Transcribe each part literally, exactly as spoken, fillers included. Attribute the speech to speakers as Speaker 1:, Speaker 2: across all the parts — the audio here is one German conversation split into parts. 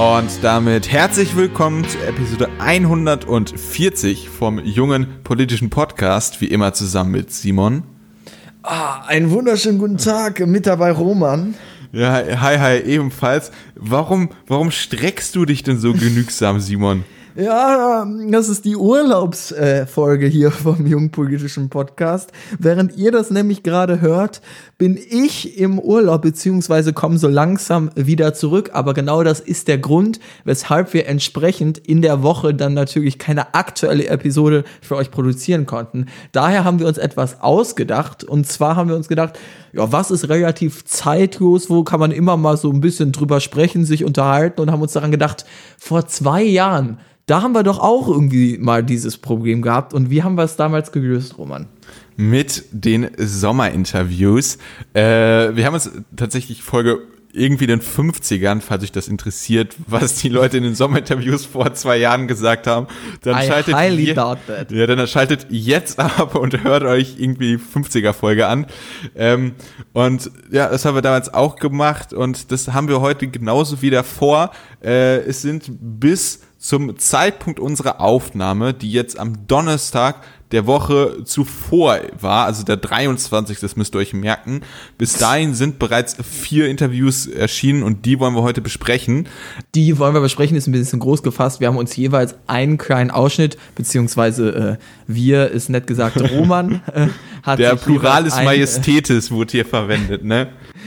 Speaker 1: Und damit herzlich willkommen zu Episode hundertvierzig vom jungen politischen Podcast, wie immer zusammen mit Simon.
Speaker 2: Ah, einen wunderschönen guten Tag, mit dabei Roman.
Speaker 1: Ja, hi, hi, ebenfalls. Warum, warum streckst du dich denn so genügsam, Simon?
Speaker 2: Ja, das ist die Urlaubsfolge hier vom jungen politischen Podcast. Während ihr das nämlich gerade hört, bin ich im Urlaub, beziehungsweise komme so langsam wieder zurück. Aber genau das ist der Grund, weshalb wir entsprechend in der Woche dann natürlich keine aktuelle Episode für euch produzieren konnten. Daher haben wir uns etwas ausgedacht. Und zwar haben wir uns gedacht, ja, was ist relativ zeitlos, wo kann man immer mal so ein bisschen drüber sprechen, sich unterhalten, und haben uns daran gedacht, vor zwei Jahren, da haben wir doch auch irgendwie mal dieses Problem gehabt. Und wie haben wir es damals gelöst, Roman?
Speaker 1: Mit den Sommerinterviews. Äh, wir haben uns tatsächlich Folge irgendwie in den fünfzigern, falls euch das interessiert, was die Leute in den Sommerinterviews vor zwei Jahren gesagt haben. Dann
Speaker 2: I
Speaker 1: schaltet
Speaker 2: highly
Speaker 1: je-
Speaker 2: doubt that.
Speaker 1: Ja, dann schaltet jetzt ab und hört euch irgendwie die fünfziger-Folge an. Ähm, und ja, das haben wir damals auch gemacht und das haben wir heute genauso wieder vor. Äh, es sind bis zum Zeitpunkt unserer Aufnahme, die jetzt am Donnerstag der Woche zuvor war, also der dreiundzwanzigste, das müsst ihr euch merken. Bis dahin sind bereits vier Interviews erschienen und die wollen wir heute besprechen.
Speaker 2: Die wollen wir besprechen, ist ein bisschen groß gefasst. Wir haben uns jeweils einen kleinen Ausschnitt, beziehungsweise äh, wir, ist nett gesagt, Roman äh, hat
Speaker 1: Der
Speaker 2: sich
Speaker 1: Pluralis
Speaker 2: ein,
Speaker 1: Majestätis wurde hier verwendet, ne?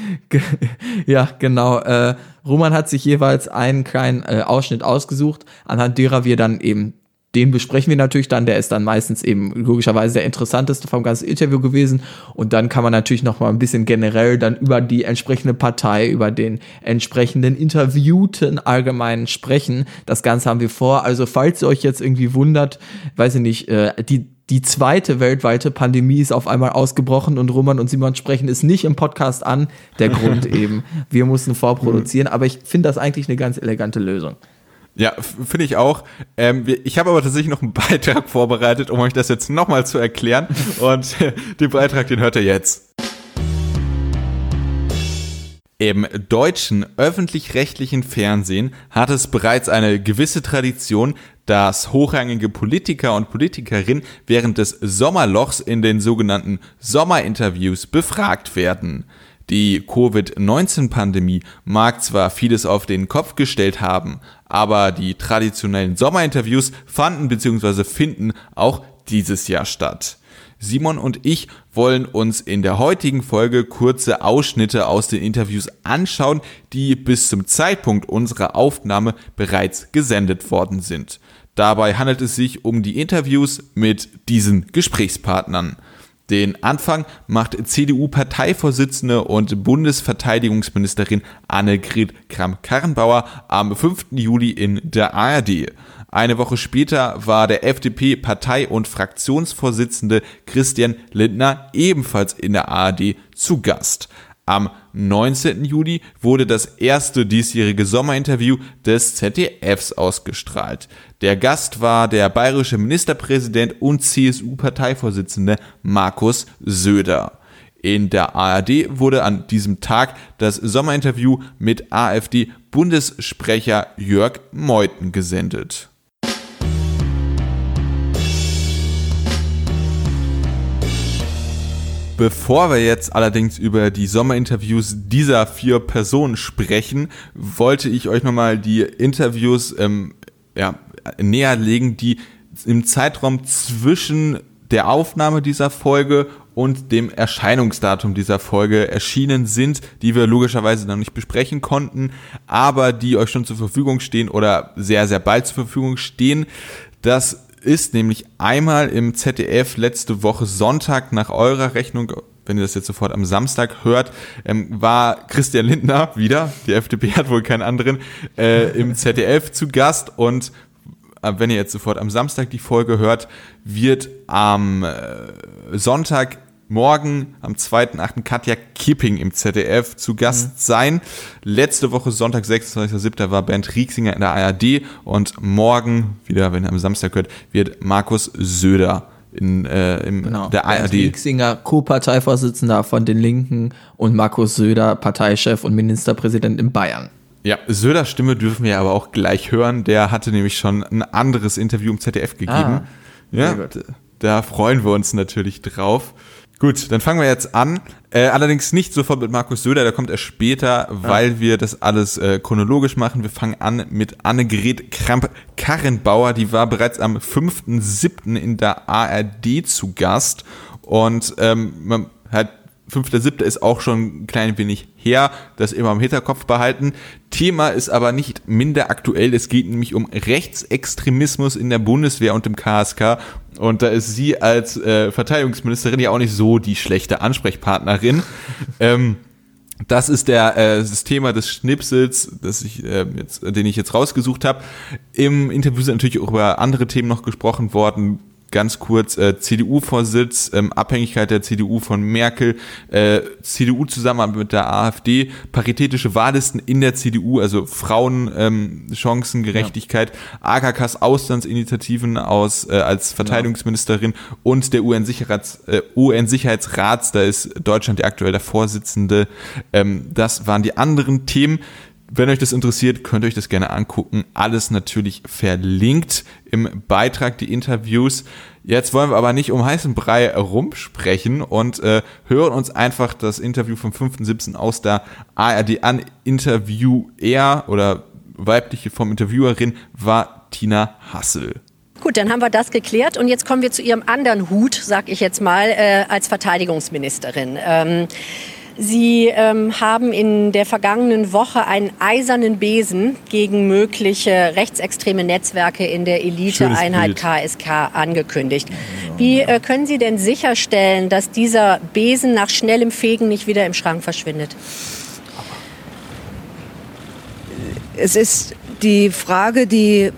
Speaker 2: Ja, genau. Äh, Roman hat sich jeweils einen kleinen äh, Ausschnitt ausgesucht, anhand derer wir dann eben, den besprechen wir natürlich dann, der ist dann meistens eben logischerweise der interessanteste vom ganzen Interview gewesen, und dann kann man natürlich noch mal ein bisschen generell dann über die entsprechende Partei, über den entsprechenden Interviewten allgemein sprechen. Das Ganze haben wir vor, also falls ihr euch jetzt irgendwie wundert, weiß ich nicht, äh, die Die zweite weltweite Pandemie ist auf einmal ausgebrochen und Roman und Simon sprechen es nicht im Podcast an. Der Grund eben, wir mussten vorproduzieren, aber ich finde das eigentlich eine ganz elegante Lösung.
Speaker 1: Ja, finde ich auch. Ähm, ich habe aber tatsächlich noch einen Beitrag vorbereitet, um euch das jetzt nochmal zu erklären. Und den Beitrag, den hört ihr jetzt. Im deutschen öffentlich-rechtlichen Fernsehen hat es bereits eine gewisse Tradition, dass hochrangige Politiker und Politikerinnen während des Sommerlochs in den sogenannten Sommerinterviews befragt werden. Die Covid neunzehn Pandemie mag zwar vieles auf den Kopf gestellt haben, aber die traditionellen Sommerinterviews fanden bzw. finden auch dieses Jahr statt. Simon und ich wollen uns in der heutigen Folge kurze Ausschnitte aus den Interviews anschauen, die bis zum Zeitpunkt unserer Aufnahme bereits gesendet worden sind. Dabei handelt es sich um die Interviews mit diesen Gesprächspartnern. Den Anfang macht C D U-Parteivorsitzende und Bundesverteidigungsministerin Annegret Kramp-Karrenbauer am fünften Juli in der A R D. Eine Woche später war der F D P-Partei- und Fraktionsvorsitzende Christian Lindner ebenfalls in der A R D zu Gast. Am neunzehnten Juli wurde das erste diesjährige Sommerinterview des Z D Fs ausgestrahlt. Der Gast war der bayerische Ministerpräsident und C S U-Parteivorsitzende Markus Söder. In der A R D wurde an diesem Tag das Sommerinterview mit AfD-Bundessprecher Jörg Meuthen gesendet. Bevor wir jetzt allerdings über die Sommerinterviews dieser vier Personen sprechen, wollte ich euch nochmal die Interviews ähm, ja, näher legen, die im Zeitraum zwischen der Aufnahme dieser Folge und dem Erscheinungsdatum dieser Folge erschienen sind, die wir logischerweise noch nicht besprechen konnten, aber die euch schon zur Verfügung stehen oder sehr, sehr bald zur Verfügung stehen. Das ist nämlich einmal im Z D F letzte Woche Sonntag nach eurer Rechnung, wenn ihr das jetzt sofort am Samstag hört, ähm, war Christian Lindner wieder, die F D P hat wohl keinen anderen, äh, im Z D F zu Gast, und äh, wenn ihr jetzt sofort am Samstag die Folge hört, wird am äh, Sonntag morgen, am zweiten achten Katja Kipping im Z D F zu Gast mhm. sein. Letzte Woche Sonntag, sechsundzwanzigster siebter war Bernd Rieksinger in der A R D, und morgen, wieder wenn ihr am Samstag hört, wird Markus Söder in äh, im,
Speaker 2: genau.
Speaker 1: der A R D.
Speaker 2: Bernd Rieksinger, Co-Parteivorsitzender von den Linken, und Markus Söder, Parteichef und Ministerpräsident in Bayern.
Speaker 1: Ja, Söders Stimme dürfen wir aber auch gleich hören. Der hatte nämlich schon ein anderes Interview im Z D F gegeben.
Speaker 2: Ah,
Speaker 1: ja, d- da freuen wir uns natürlich drauf. Gut, dann fangen wir jetzt an. Äh, allerdings nicht sofort mit Markus Söder, der kommt erst später, weil ja. wir das alles äh, chronologisch machen. Wir fangen an mit Annegret Kramp-Karrenbauer. Die war bereits am fünften siebten in der A R D zu Gast. Und ähm, man hat fünfter siebter ist auch schon ein klein wenig her, das immer im Hinterkopf behalten. Thema ist aber nicht minder aktuell, es geht nämlich um Rechtsextremismus in der Bundeswehr und im K S K und da ist sie als äh, Verteidigungsministerin ja auch nicht so die schlechte Ansprechpartnerin. ähm, Das ist der äh, das Thema des Schnipsels, das ich äh, jetzt, den ich jetzt rausgesucht habe. Im Interview sind natürlich auch über andere Themen noch gesprochen worden. Ganz kurz, äh, C D U-Vorsitz, ähm, Abhängigkeit der C D U von Merkel, äh, C D U zusammen mit der AfD, paritätische Wahllisten in der C D U, also Frauen, ähm, Chancengerechtigkeit, ja. A K Ks Auslandsinitiativen aus äh, als Verteidigungsministerin ja. und der U N-Sicherheits, äh, U N-Sicherheitsrats, da ist Deutschland der aktuell der Vorsitzende. Ähm, das waren die anderen Themen. Wenn euch das interessiert, könnt ihr euch das gerne angucken. Alles natürlich verlinkt im Beitrag, die Interviews. Jetzt wollen wir aber nicht um heißen Brei rumsprechen und äh, hören uns einfach das Interview vom fünften siebten aus der A R D an. Interviewer oder weibliche vom Interviewerin war Tina Hassel.
Speaker 3: Gut, dann haben wir das geklärt und jetzt kommen wir zu Ihrem anderen Hut, sag ich jetzt mal, äh, als Verteidigungsministerin. Ähm, Sie ähm, haben in der vergangenen Woche einen eisernen Besen gegen mögliche rechtsextreme Netzwerke in der Eliteeinheit K S K angekündigt. Wie äh, können Sie denn sicherstellen, dass dieser Besen nach schnellem Fegen nicht wieder im Schrank verschwindet?
Speaker 4: Es ist die Frage, die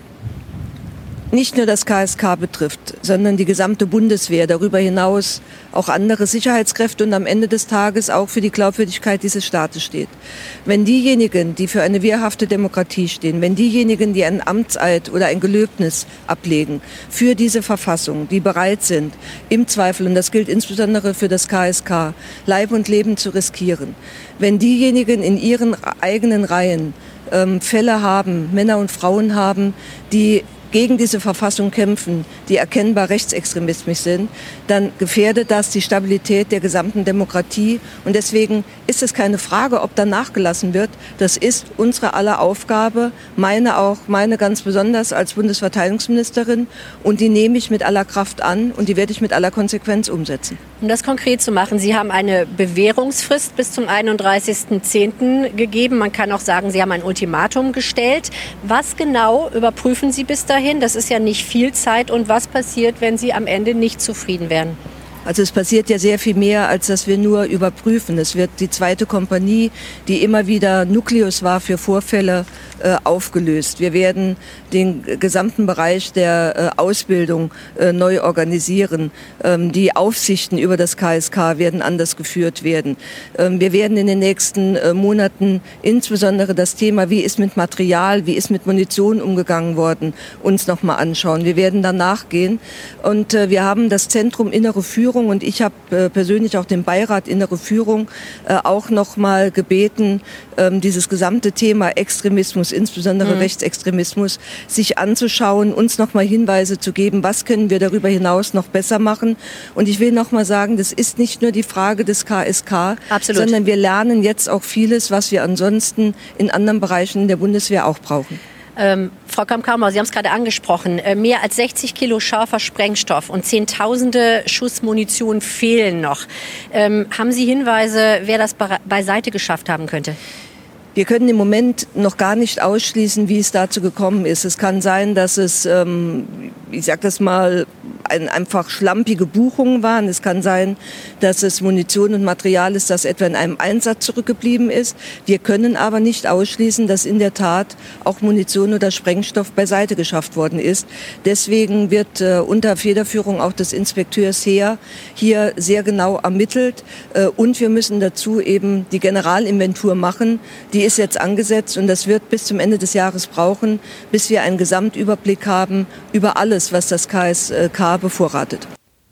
Speaker 4: nicht nur das K S K betrifft, sondern die gesamte Bundeswehr, darüber hinaus auch andere Sicherheitskräfte und am Ende des Tages auch für die Glaubwürdigkeit dieses Staates steht. Wenn diejenigen, die für eine wehrhafte Demokratie stehen, wenn diejenigen, die einen Amtseid oder ein Gelöbnis ablegen für diese Verfassung, die bereit sind, im Zweifel, und das gilt insbesondere für das K S K, Leib und Leben zu riskieren, wenn diejenigen in ihren eigenen Reihen ähm, Fälle haben, Männer und Frauen haben, die gegen diese Verfassung kämpfen, die erkennbar rechtsextremistisch sind, dann gefährdet das die Stabilität der gesamten Demokratie. Und deswegen ist es keine Frage, ob da nachgelassen wird. Das ist unsere aller Aufgabe, meine auch, meine ganz besonders als Bundesverteidigungsministerin. Und die nehme ich mit aller Kraft an und die werde ich mit aller Konsequenz umsetzen.
Speaker 3: Um das konkret zu machen, Sie haben eine Bewährungsfrist bis zum einunddreißigsten zehnten gegeben. Man kann auch sagen, Sie haben ein Ultimatum gestellt. Was genau überprüfen Sie bis dahin? Das ist ja nicht viel Zeit. Und was passiert, wenn Sie am Ende nicht zufrieden werden?
Speaker 4: Also es passiert ja sehr viel mehr, als dass wir nur überprüfen. Es wird die zweite Kompanie, die immer wieder Nukleus war für Vorfälle, äh, aufgelöst. Wir werden den gesamten Bereich der äh, Ausbildung äh, neu organisieren. Ähm, die Aufsichten über das K S K werden anders geführt werden. Ähm, wir werden in den nächsten äh, Monaten insbesondere das Thema, wie ist mit Material, wie ist mit Munition umgegangen worden, uns nochmal anschauen. Wir werden danach gehen und äh, wir haben das Zentrum Innere Führung und ich habe äh, persönlich auch den Beirat Innere Führung äh, auch noch mal gebeten, ähm, dieses gesamte Thema Extremismus, insbesondere mhm. Rechtsextremismus, sich anzuschauen, uns noch mal Hinweise zu geben, was können wir darüber hinaus noch besser machen. Und ich will noch mal sagen, das ist nicht nur die Frage des K S K, Absolut. sondern wir lernen jetzt auch vieles, was wir ansonsten in anderen Bereichen der Bundeswehr auch brauchen.
Speaker 3: Ähm, Frau Kramp-Karrenbauer, Sie haben es gerade angesprochen, äh, mehr als sechzig Kilo scharfer Sprengstoff und Zehntausende Schuss Munition fehlen noch. Ähm, haben Sie Hinweise, wer das be- beiseite geschafft haben könnte?
Speaker 4: Wir können im Moment noch gar nicht ausschließen, wie es dazu gekommen ist. Es kann sein, dass es, ähm, ich sag das mal, ein, einfach schlampige Buchungen waren. Es kann sein, dass es Munition und Material ist, das etwa in einem Einsatz zurückgeblieben ist. Wir können aber nicht ausschließen, dass in der Tat auch Munition oder Sprengstoff beiseite geschafft worden ist. Deswegen wird äh, unter Federführung auch des Inspekteurs Heer hier sehr genau ermittelt. Äh, und wir müssen dazu eben die Generalinventur machen. Die ist jetzt angesetzt und das wird bis zum Ende des Jahres brauchen, bis wir einen Gesamtüberblick haben über alles, was das K S K bevorratet.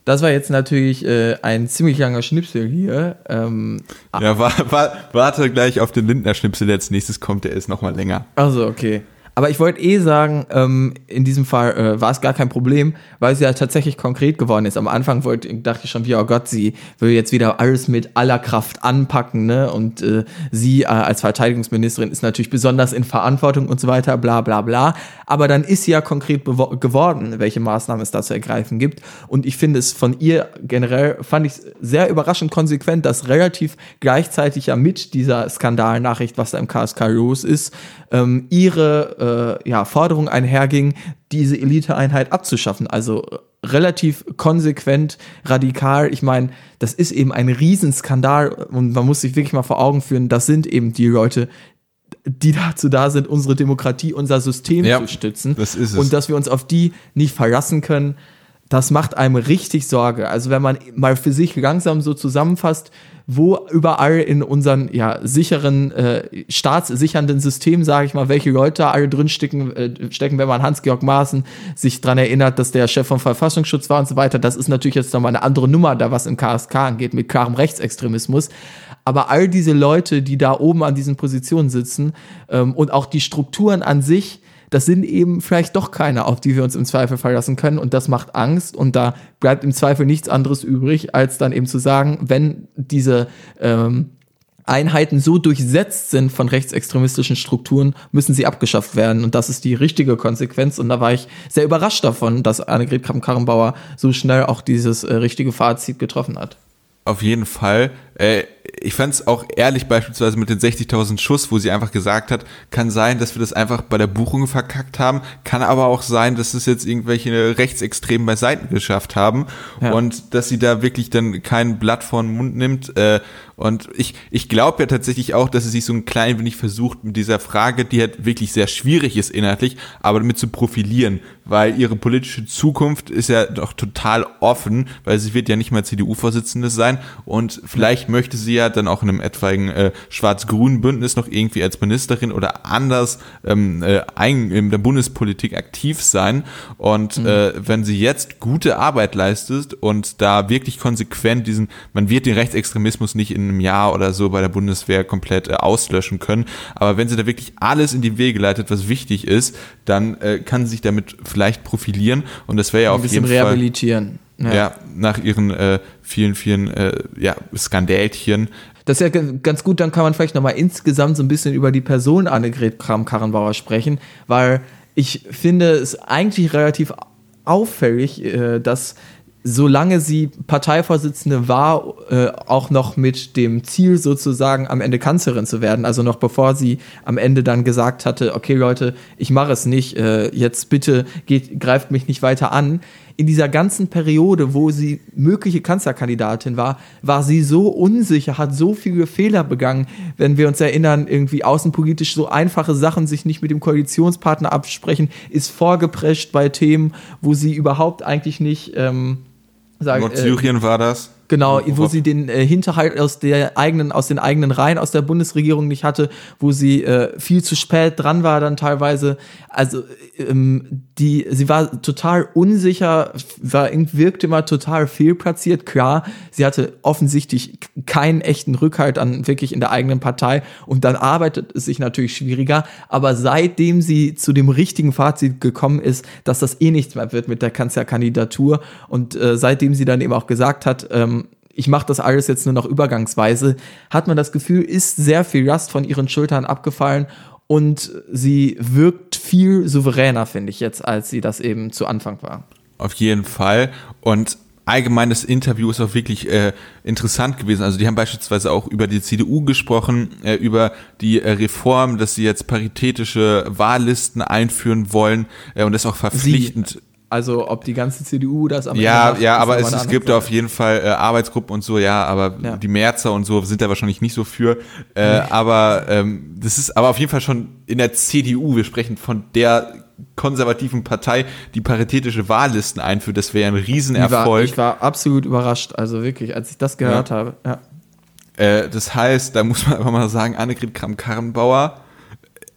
Speaker 2: Das war jetzt natürlich äh, ein ziemlich langer Schnipsel hier. Ähm,
Speaker 1: ja, wa- wa- warte gleich auf den Lindner-Schnipsel, der als nächstes kommt, der ist nochmal länger.
Speaker 2: Also, okay. Aber ich wollte eh sagen, ähm, in diesem Fall äh, war es gar kein Problem, weil sie ja tatsächlich konkret geworden ist. Am Anfang wollte, dachte ich schon wie, oh Gott, sie will jetzt wieder alles mit aller Kraft anpacken, ne? Und äh, sie äh, als Verteidigungsministerin ist natürlich besonders in Verantwortung und so weiter, bla bla bla. Aber dann ist sie ja konkret bewo- geworden, welche Maßnahmen es da zu ergreifen gibt. Und ich finde es von ihr generell, fand ich sehr überraschend konsequent, dass relativ gleichzeitig ja mit dieser Skandalnachricht, was da im K S K los ist, ähm, ihre äh, ja, Forderung einherging, diese Eliteeinheit abzuschaffen. Also relativ konsequent, radikal. Ich meine, das ist eben ein Riesenskandal und man muss sich wirklich mal vor Augen führen, das sind eben die Leute, die dazu da sind, unsere Demokratie, unser System
Speaker 1: ja,
Speaker 2: zu stützen.
Speaker 1: Das ist es.
Speaker 2: Und dass wir uns auf die nicht verlassen können, das macht einem richtig Sorge. Also wenn man mal für sich langsam so zusammenfasst, wo überall in unseren ja, sicheren, äh, staatssichernden Systemen, sage ich mal, welche Leute alle drin stecken, äh, stecken, wenn man Hans-Georg Maaßen sich dran erinnert, dass der Chef vom Verfassungsschutz war und so weiter. Das ist natürlich jetzt nochmal eine andere Nummer, da was im K S K angeht, mit klarem Rechtsextremismus. Aber all diese Leute, die da oben an diesen Positionen sitzen ähm, und auch die Strukturen an sich, das sind eben vielleicht doch keine, auf die wir uns im Zweifel verlassen können und das macht Angst und da bleibt im Zweifel nichts anderes übrig, als dann eben zu sagen, wenn diese ähm, Einheiten so durchsetzt sind von rechtsextremistischen Strukturen, müssen sie abgeschafft werden und das ist die richtige Konsequenz und da war ich sehr überrascht davon, dass Annegret Kramp-Karrenbauer so schnell auch dieses äh, richtige Fazit getroffen hat.
Speaker 1: Auf jeden Fall. Äh, ich fand es auch ehrlich beispielsweise mit den sechzigtausend Schuss, wo sie einfach gesagt hat, kann sein, dass wir das einfach bei der Buchung verkackt haben, kann aber auch sein, dass es jetzt irgendwelche Rechtsextremen bei Seiten geschafft haben ja. und dass sie da wirklich dann kein Blatt vor den Mund nimmt. Äh, und ich, ich glaube ja tatsächlich auch, dass sie sich so ein klein wenig versucht mit dieser Frage, die halt wirklich sehr schwierig ist inhaltlich, aber damit zu profilieren, weil ihre politische Zukunft ist ja doch total offen, weil sie wird ja nicht mal C D U-Vorsitzende sein und vielleicht möchte sie ja dann auch in einem etwaigen äh, schwarz-grünen Bündnis noch irgendwie als Ministerin oder anders ähm, äh, ein, in der Bundespolitik aktiv sein und mhm. äh, wenn sie jetzt gute Arbeit leistet und da wirklich konsequent diesen, man wird den Rechtsextremismus nicht in einem Jahr oder so bei der Bundeswehr komplett äh, auslöschen können, aber wenn sie da wirklich alles in die Wege leitet, was wichtig ist, dann äh, kann sie sich damit vielleicht profilieren und das wäre ja auf jeden Fall
Speaker 2: ein bisschen rehabilitieren.
Speaker 1: Ja. ja, nach ihren äh, vielen, vielen äh, ja, Skandälchen.
Speaker 2: Das ist ja ganz gut, dann kann man vielleicht nochmal insgesamt so ein bisschen über die Person Annegret Kramp-Karrenbauer sprechen, weil ich finde es eigentlich relativ auffällig, äh, dass solange sie Parteivorsitzende war, äh, auch noch mit dem Ziel sozusagen am Ende Kanzlerin zu werden, also noch bevor sie am Ende dann gesagt hatte, okay Leute, ich mache es nicht, äh, jetzt bitte geht, greift mich nicht weiter an. In dieser ganzen Periode, wo sie mögliche Kanzlerkandidatin war, war sie so unsicher, hat so viele Fehler begangen, wenn wir uns erinnern, irgendwie außenpolitisch so einfache Sachen, sich nicht mit dem Koalitionspartner absprechen, ist vorgeprescht bei Themen, wo sie überhaupt eigentlich nicht ähm, sagen,
Speaker 1: Nordsyrien äh, war das.
Speaker 2: Genau, wo sie den äh, Hinterhalt aus der eigenen, aus den eigenen Reihen aus der Bundesregierung nicht hatte, wo sie äh, viel zu spät dran war dann teilweise. Also ähm, die, sie war total unsicher, war wirkte immer total fehlplatziert. Klar, sie hatte offensichtlich keinen echten Rückhalt an wirklich in der eigenen Partei und dann arbeitet es sich natürlich schwieriger. Aber seitdem sie zu dem richtigen Fazit gekommen ist, dass das eh nichts mehr wird mit der Kanzlerkandidatur und äh, seitdem sie dann eben auch gesagt hat, ähm, ich mache das alles jetzt nur noch übergangsweise, hat man das Gefühl, ist sehr viel Last von ihren Schultern abgefallen und sie wirkt viel souveräner, finde ich jetzt, als sie das eben zu Anfang war.
Speaker 1: Auf jeden Fall und allgemein das Interview ist auch wirklich äh, interessant gewesen. Also die haben beispielsweise auch über die C D U gesprochen, äh, über die äh, Reform, dass sie jetzt paritätische Wahllisten einführen wollen äh, und das auch verpflichtend...
Speaker 2: Sie Also ob die ganze C D U das am
Speaker 1: ja,
Speaker 2: Ende macht,
Speaker 1: ja, aber es, es gibt
Speaker 2: Sache.
Speaker 1: Auf jeden Fall äh, Arbeitsgruppen und so, ja, aber ja. die Merzer und so sind da wahrscheinlich nicht so für. Äh, mhm. Aber ähm, das ist aber auf jeden Fall schon in der C D U, wir sprechen von der konservativen Partei, die paritätische Wahllisten einführt, das wäre ein Riesenerfolg.
Speaker 2: Ich war, ich war absolut überrascht, also wirklich, als ich das gehört
Speaker 1: ja.
Speaker 2: habe. Ja.
Speaker 1: Äh, das heißt, da muss man einfach mal sagen, Annegret Kramp-Karrenbauer,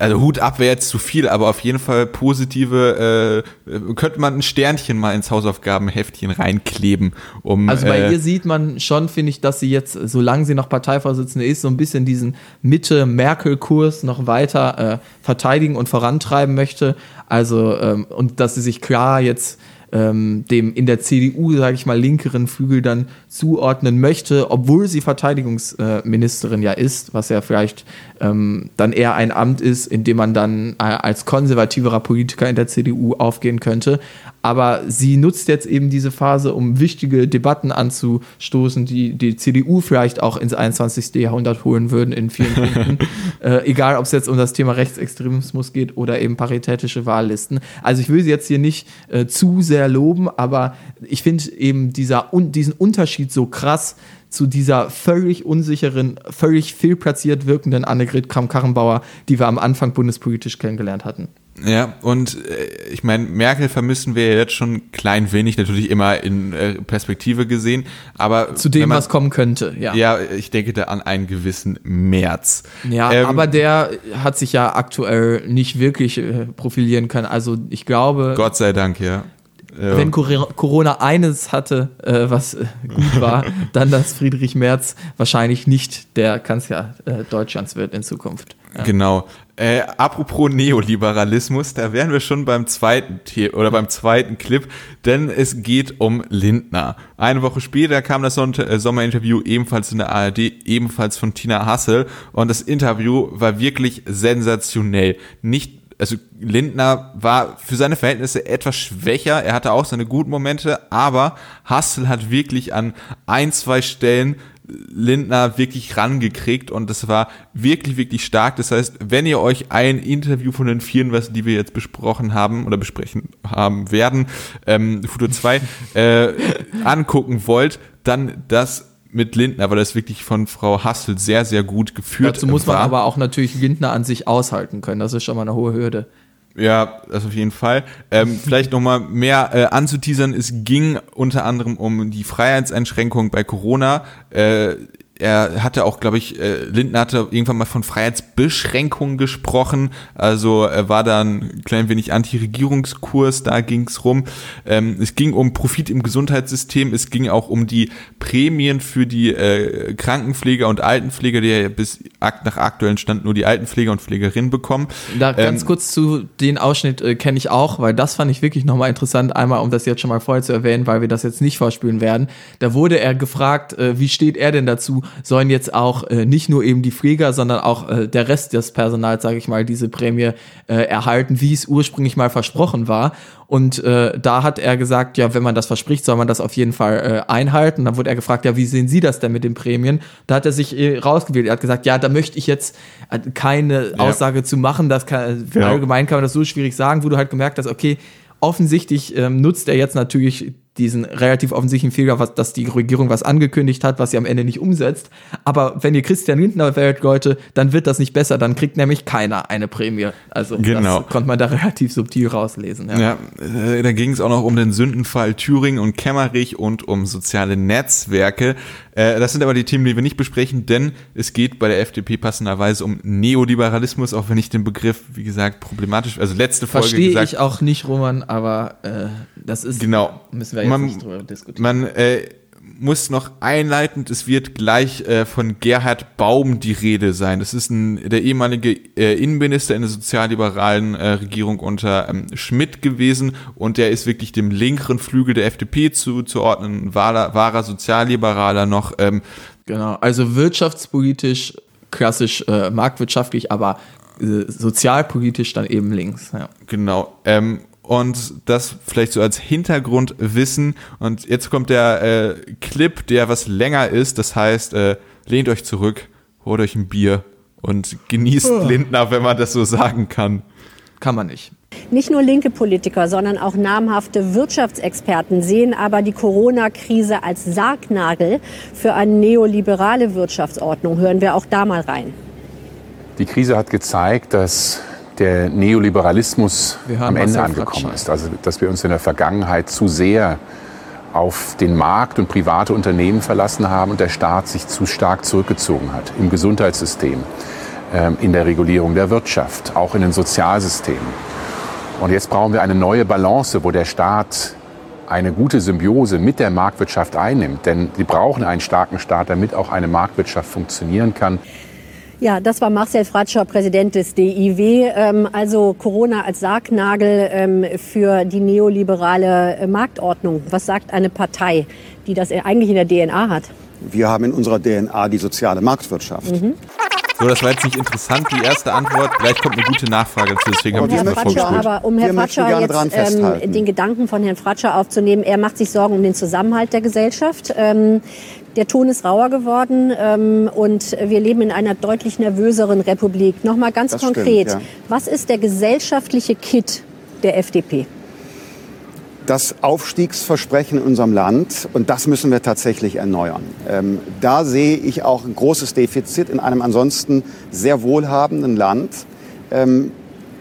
Speaker 1: also Hut ab wäre jetzt zu viel, aber auf jeden Fall positive, äh, könnte man ein Sternchen mal ins Hausaufgabenheftchen reinkleben. Um,
Speaker 2: also bei
Speaker 1: äh,
Speaker 2: ihr sieht man schon, finde ich, dass sie jetzt, solange sie noch Parteivorsitzende ist, so ein bisschen diesen Mitte-Merkel-Kurs noch weiter äh, verteidigen und vorantreiben möchte. Also, ähm, und dass sie sich klar jetzt ähm, dem in der C D U, sage ich mal, linkeren Flügel dann zuordnen möchte, obwohl sie Verteidigungsministerin ja ist, was ja vielleicht ähm, dann eher ein Amt ist, in dem man dann äh, als konservativerer Politiker in der C D U aufgehen könnte. Aber sie nutzt jetzt eben diese Phase, um wichtige Debatten anzustoßen, die die C D U vielleicht auch ins einundzwanzigste Jahrhundert holen würden in vielen Punkten. äh, egal, ob es jetzt um das Thema Rechtsextremismus geht oder eben paritätische Wahllisten. Also ich will sie jetzt hier nicht äh, zu sehr loben, aber ich finde eben dieser, un, diesen Unterschied so krass zu dieser völlig unsicheren, völlig fehlplatziert wirkenden Annegret Kramp-Karrenbauer, die wir am Anfang bundespolitisch kennengelernt hatten.
Speaker 1: Ja, und äh, ich meine, Merkel vermissen wir ja jetzt schon ein klein wenig, natürlich immer in äh, Perspektive gesehen, aber
Speaker 2: zu dem,
Speaker 1: man,
Speaker 2: was kommen könnte, ja.
Speaker 1: Ja, ich denke da an einen gewissen März.
Speaker 2: Ja, ähm, aber der hat sich ja aktuell nicht wirklich äh, profilieren können, also ich glaube...
Speaker 1: Gott sei Dank, ja. Ja.
Speaker 2: Wenn Corona eines hatte, äh, was äh, gut war, dann, dass Friedrich Merz wahrscheinlich nicht der Kanzler äh, Deutschlands wird in Zukunft. Ja.
Speaker 1: Genau. Äh, apropos Neoliberalismus, da wären wir schon beim zweiten The- oder beim zweiten Clip, denn es geht um Lindner. Eine Woche später kam das Son- äh, Sommerinterview ebenfalls in der A R D, ebenfalls von Tina Hassel, und das Interview war wirklich sensationell. Nicht Also Lindner war für seine Verhältnisse etwas schwächer, er hatte auch seine guten Momente, aber Hassel hat wirklich an ein, zwei Stellen Lindner wirklich rangekriegt und das war wirklich, wirklich stark. Das heißt, wenn ihr euch ein Interview von den vielen, was die wir jetzt besprochen haben oder besprechen haben werden, ähm, Futur zwei, äh, angucken wollt, dann das mit Lindner, weil das wirklich von Frau Hassel sehr, sehr gut geführt
Speaker 2: Dazu muss man
Speaker 1: war.
Speaker 2: aber auch natürlich Lindner an sich aushalten können. Das ist schon mal eine hohe Hürde.
Speaker 1: Ja, das auf jeden Fall. Ähm, vielleicht nochmal mehr äh, anzuteasern. Es ging unter anderem um die Freiheitseinschränkung bei Corona. Äh, er hatte auch, glaube ich, äh, Lindner hatte irgendwann mal von Freiheitsbeschränkungen gesprochen. Also er war da ein klein wenig Anti-Regierungskurs, da ging's rum. Ähm, es ging um Profit im Gesundheitssystem. Es ging auch um die Prämien für die äh, Krankenpfleger und Altenpfleger, die ja bis ak- nach aktuellen Stand nur die Altenpfleger und Pflegerinnen bekommen.
Speaker 2: Da ganz
Speaker 1: ähm,
Speaker 2: kurz zu den Ausschnitt äh, kenne ich auch, weil das fand ich wirklich nochmal interessant, einmal um das jetzt schon mal vorher zu erwähnen, weil wir das jetzt nicht vorspielen werden. Da wurde er gefragt, äh, wie steht er denn dazu, sollen jetzt auch äh, nicht nur eben die Pfleger, sondern auch äh, der Rest des Personals, sage ich mal, diese Prämie äh, erhalten, wie es ursprünglich mal versprochen war. Und äh, da hat er gesagt, ja, wenn man das verspricht, soll man das auf jeden Fall äh, einhalten. Dann wurde er gefragt, ja, wie sehen Sie das denn mit den Prämien? Da hat er sich äh, rausgewählt. Er hat gesagt, ja, da möchte ich jetzt äh, keine
Speaker 1: ja.
Speaker 2: Aussage zu machen. Das kann,
Speaker 1: Genau.
Speaker 2: allgemein kann man das so schwierig sagen, wo du halt gemerkt hast, okay, offensichtlich ähm, nutzt er jetzt natürlich diesen relativ offensichtlichen Fehler, was, dass die Regierung was angekündigt hat, was sie am Ende nicht umsetzt. Aber wenn ihr Christian Lindner wählt, Leute, dann wird das nicht besser, dann kriegt nämlich keiner eine Prämie. Also
Speaker 1: genau.
Speaker 2: Das konnte man da relativ subtil rauslesen. Ja,
Speaker 1: ja äh, da ging es auch noch um den Sündenfall Thüringen und Kemmerich und um soziale Netzwerke. Äh, das sind aber die Themen, die wir nicht besprechen, denn es geht bei der F D P passenderweise um Neoliberalismus, auch wenn ich den Begriff, wie gesagt, problematisch, also letzte Folge
Speaker 2: Verstehe
Speaker 1: gesagt.
Speaker 2: ich auch nicht, Roman, aber äh, das ist,
Speaker 1: genau.
Speaker 2: müssen wir jetzt
Speaker 1: man,
Speaker 2: nicht drüber diskutieren.
Speaker 1: Man äh, muss noch einleitend, es wird gleich äh, von Gerhard Baum die Rede sein. Das ist ein, der ehemalige äh, Innenminister in der sozialliberalen äh, Regierung unter ähm, Schmidt gewesen und der ist wirklich dem linkeren Flügel der F D P zuzuordnen, wahrer, wahrer Sozialliberaler noch. Ähm,
Speaker 2: genau, also wirtschaftspolitisch klassisch äh, marktwirtschaftlich, aber äh, sozialpolitisch dann eben links. Ja.
Speaker 1: Genau, ähm, und das vielleicht so als Hintergrundwissen. Und jetzt kommt der äh, Clip, der was länger ist. Das heißt, äh, lehnt euch zurück, holt euch ein Bier und genießt oh. Lindner, wenn man das so sagen kann.
Speaker 2: Kann man nicht.
Speaker 3: Nicht nur linke Politiker, sondern auch namhafte Wirtschaftsexperten sehen aber die Corona-Krise als Sargnagel für eine neoliberale Wirtschaftsordnung. Hören wir auch da mal rein.
Speaker 5: Die Krise hat gezeigt, dass der Neoliberalismus am Ende angekommen ist. Also, dass wir uns in der Vergangenheit zu sehr auf den Markt und private Unternehmen verlassen haben und der Staat sich zu stark zurückgezogen hat im Gesundheitssystem, ähm, in der Regulierung der Wirtschaft, auch in den Sozialsystemen. Und jetzt brauchen wir eine neue Balance, wo der Staat eine gute Symbiose mit der Marktwirtschaft einnimmt. Denn sie brauchen einen starken Staat, damit auch eine Marktwirtschaft funktionieren kann.
Speaker 3: Ja, das war Marcel Fratscher, Präsident des D I W. Ähm, also Corona als Sargnagel ähm, für die neoliberale äh, Marktordnung. Was sagt eine Partei, die das eigentlich in der D N A hat?
Speaker 6: Wir haben in unserer D N A die soziale Marktwirtschaft.
Speaker 3: Mhm.
Speaker 1: So, das war jetzt nicht interessant, die erste Antwort. Gleich kommt eine gute Nachfrage dazu, deswegen
Speaker 3: um
Speaker 1: habe ich das mal vorgespult.
Speaker 3: Aber um Herrn Fratscher jetzt ähm, den Gedanken von Herrn Fratscher aufzunehmen, er macht sich Sorgen um den Zusammenhalt der Gesellschaft. Ähm, der Ton ist rauer geworden ähm, und wir leben in einer deutlich nervöseren Republik. Nochmal ganz das konkret, stimmt, ja. Was ist der gesellschaftliche Kit der F D P?
Speaker 6: Das Aufstiegsversprechen in unserem Land, und das müssen wir tatsächlich erneuern. Ähm, da sehe ich auch ein großes Defizit in einem ansonsten sehr wohlhabenden Land, ähm,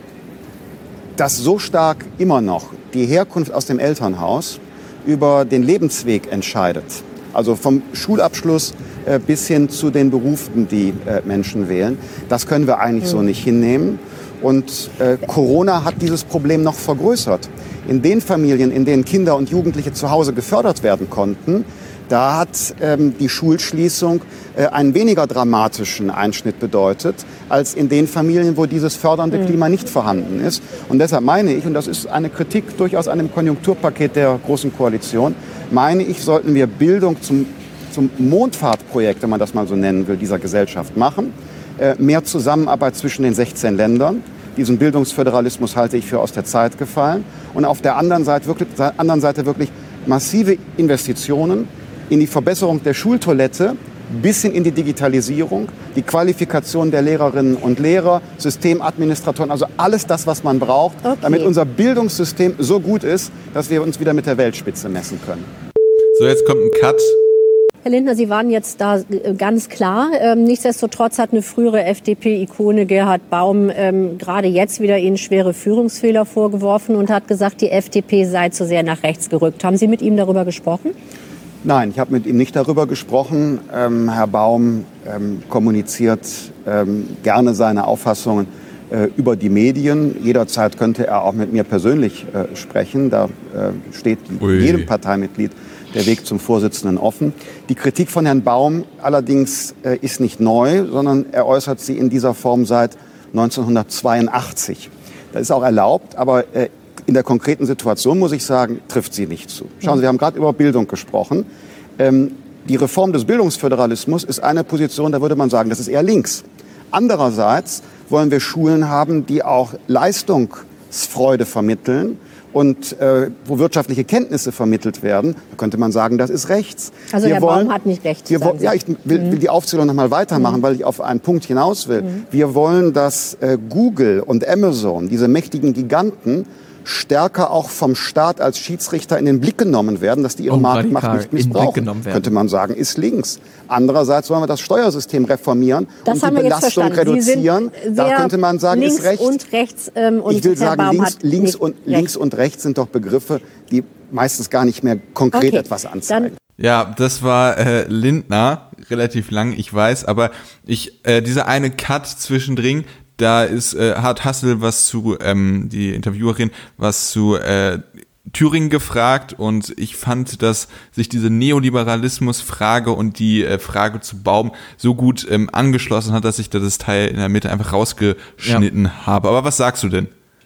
Speaker 6: das so stark immer noch die Herkunft aus dem Elternhaus über den Lebensweg entscheidet. Also vom Schulabschluss äh, bis hin zu den Berufen, die äh, Menschen wählen. Das können wir eigentlich mhm. so nicht hinnehmen. Und äh, Corona hat dieses Problem noch vergrößert. In den Familien, in denen Kinder und Jugendliche zu Hause gefördert werden konnten, da hat ähm, die Schulschließung äh, einen weniger dramatischen Einschnitt bedeutet, als in den Familien, wo dieses fördernde mhm. Klima nicht vorhanden ist. Und deshalb meine ich, und das ist eine Kritik durchaus an dem Konjunkturpaket der Großen Koalition, meine ich, sollten wir Bildung zum, zum Mondfahrtprojekt, wenn man das mal so nennen will, dieser Gesellschaft machen. Äh, mehr Zusammenarbeit zwischen den sechzehn Ländern. Diesen Bildungsföderalismus halte ich für aus der Zeit gefallen. Und auf der anderen Seite wirklich, anderen Seite wirklich massive Investitionen in die Verbesserung der Schultoilette bis hin in die Digitalisierung, die Qualifikation der Lehrerinnen und Lehrer, Systemadministratoren, also alles das, was man braucht, okay. damit unser Bildungssystem so gut ist, dass wir uns wieder mit der Weltspitze messen können.
Speaker 1: So, jetzt kommt ein Cut.
Speaker 3: Herr Lindner, Sie waren jetzt da ganz klar. Ähm, nichtsdestotrotz hat eine frühere F D P-Ikone Gerhard Baum ähm, gerade jetzt wieder Ihnen schwere Führungsfehler vorgeworfen und hat gesagt, die F D P sei zu sehr nach rechts gerückt. Haben Sie mit ihm darüber gesprochen?
Speaker 6: Nein, ich habe mit ihm nicht darüber gesprochen. Ähm, Herr Baum ähm, kommuniziert ähm, gerne seine Auffassungen äh, über die Medien. Jederzeit könnte er auch mit mir persönlich äh, sprechen. Da äh, steht Ui. jedem Parteimitglied der Weg zum Vorsitzenden offen. Die Kritik von Herrn Baum allerdings äh, ist nicht neu, sondern er äußert sie in dieser Form seit neunzehnhundertzweiundachtzig. Das ist auch erlaubt, aber äh, in der konkreten Situation, muss ich sagen, trifft sie nicht zu. Schauen Sie, wir haben gerade über Bildung gesprochen. Ähm, die Reform des Bildungsföderalismus ist eine Position, da würde man sagen, das ist eher links. Andererseits wollen wir Schulen haben, die auch Leistungsfreude vermitteln, und äh, wo wirtschaftliche Kenntnisse vermittelt werden, da könnte man sagen, das ist rechts.
Speaker 3: Also
Speaker 6: wir
Speaker 3: Herr
Speaker 6: wollen,
Speaker 3: Baum hat nicht recht.
Speaker 6: Wir wollen, ja, ich will, will die Aufzählung noch mal weitermachen, mhm. weil ich auf einen Punkt hinaus will. Mhm. Wir wollen, dass äh, Google und Amazon, diese mächtigen Giganten, stärker auch vom Staat als Schiedsrichter in den Blick genommen werden, dass die ihre oh, Marktmacht nicht missbrauchen, könnte man sagen, ist links. Andererseits wollen wir das Steuersystem reformieren
Speaker 3: das
Speaker 6: und die Belastung reduzieren. Da könnte man sagen,
Speaker 3: links
Speaker 6: ist rechts.
Speaker 3: Und rechts, ähm, und
Speaker 6: ich will
Speaker 3: Herr
Speaker 6: sagen,
Speaker 3: Baum
Speaker 6: links, links, und, recht. links und rechts sind doch Begriffe, die meistens gar nicht mehr konkret okay. etwas anzeigen.
Speaker 1: Dann ja, das war äh, Lindner, relativ lang, ich weiß, aber ich äh, dieser eine Cut zwischendrin, da ist äh, hat Hassel was zu, ähm, die Interviewerin, was zu äh, Thüringen gefragt und ich fand, dass sich diese Neoliberalismus-Frage und die äh, Frage zu Baum so gut ähm, angeschlossen hat, dass ich da das Teil in der Mitte einfach rausgeschnitten ja. habe. Aber was sagst du denn?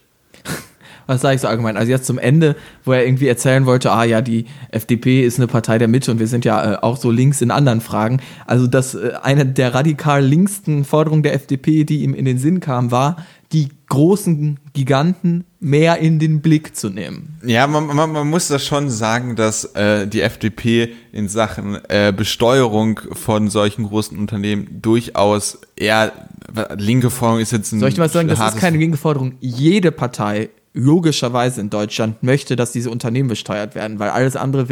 Speaker 2: Was sage ich so allgemein? Also jetzt zum Ende, wo er irgendwie erzählen wollte, ah ja, die F D P ist eine Partei der Mitte und wir sind ja äh, auch so links in anderen Fragen. Also das äh, eine der radikal linksten Forderungen der F D P, die ihm in den Sinn kam, war, die großen Giganten mehr in den Blick zu nehmen.
Speaker 1: Ja, man, man, man muss das schon sagen, dass äh, die F D P in Sachen äh, Besteuerung von solchen großen Unternehmen durchaus eher linke Forderung ist jetzt ein
Speaker 2: Soll ich mal sagen, das ist keine linke Forderung. Jede Partei logischerweise in Deutschland möchte, dass diese Unternehmen besteuert werden, weil alles andere wäre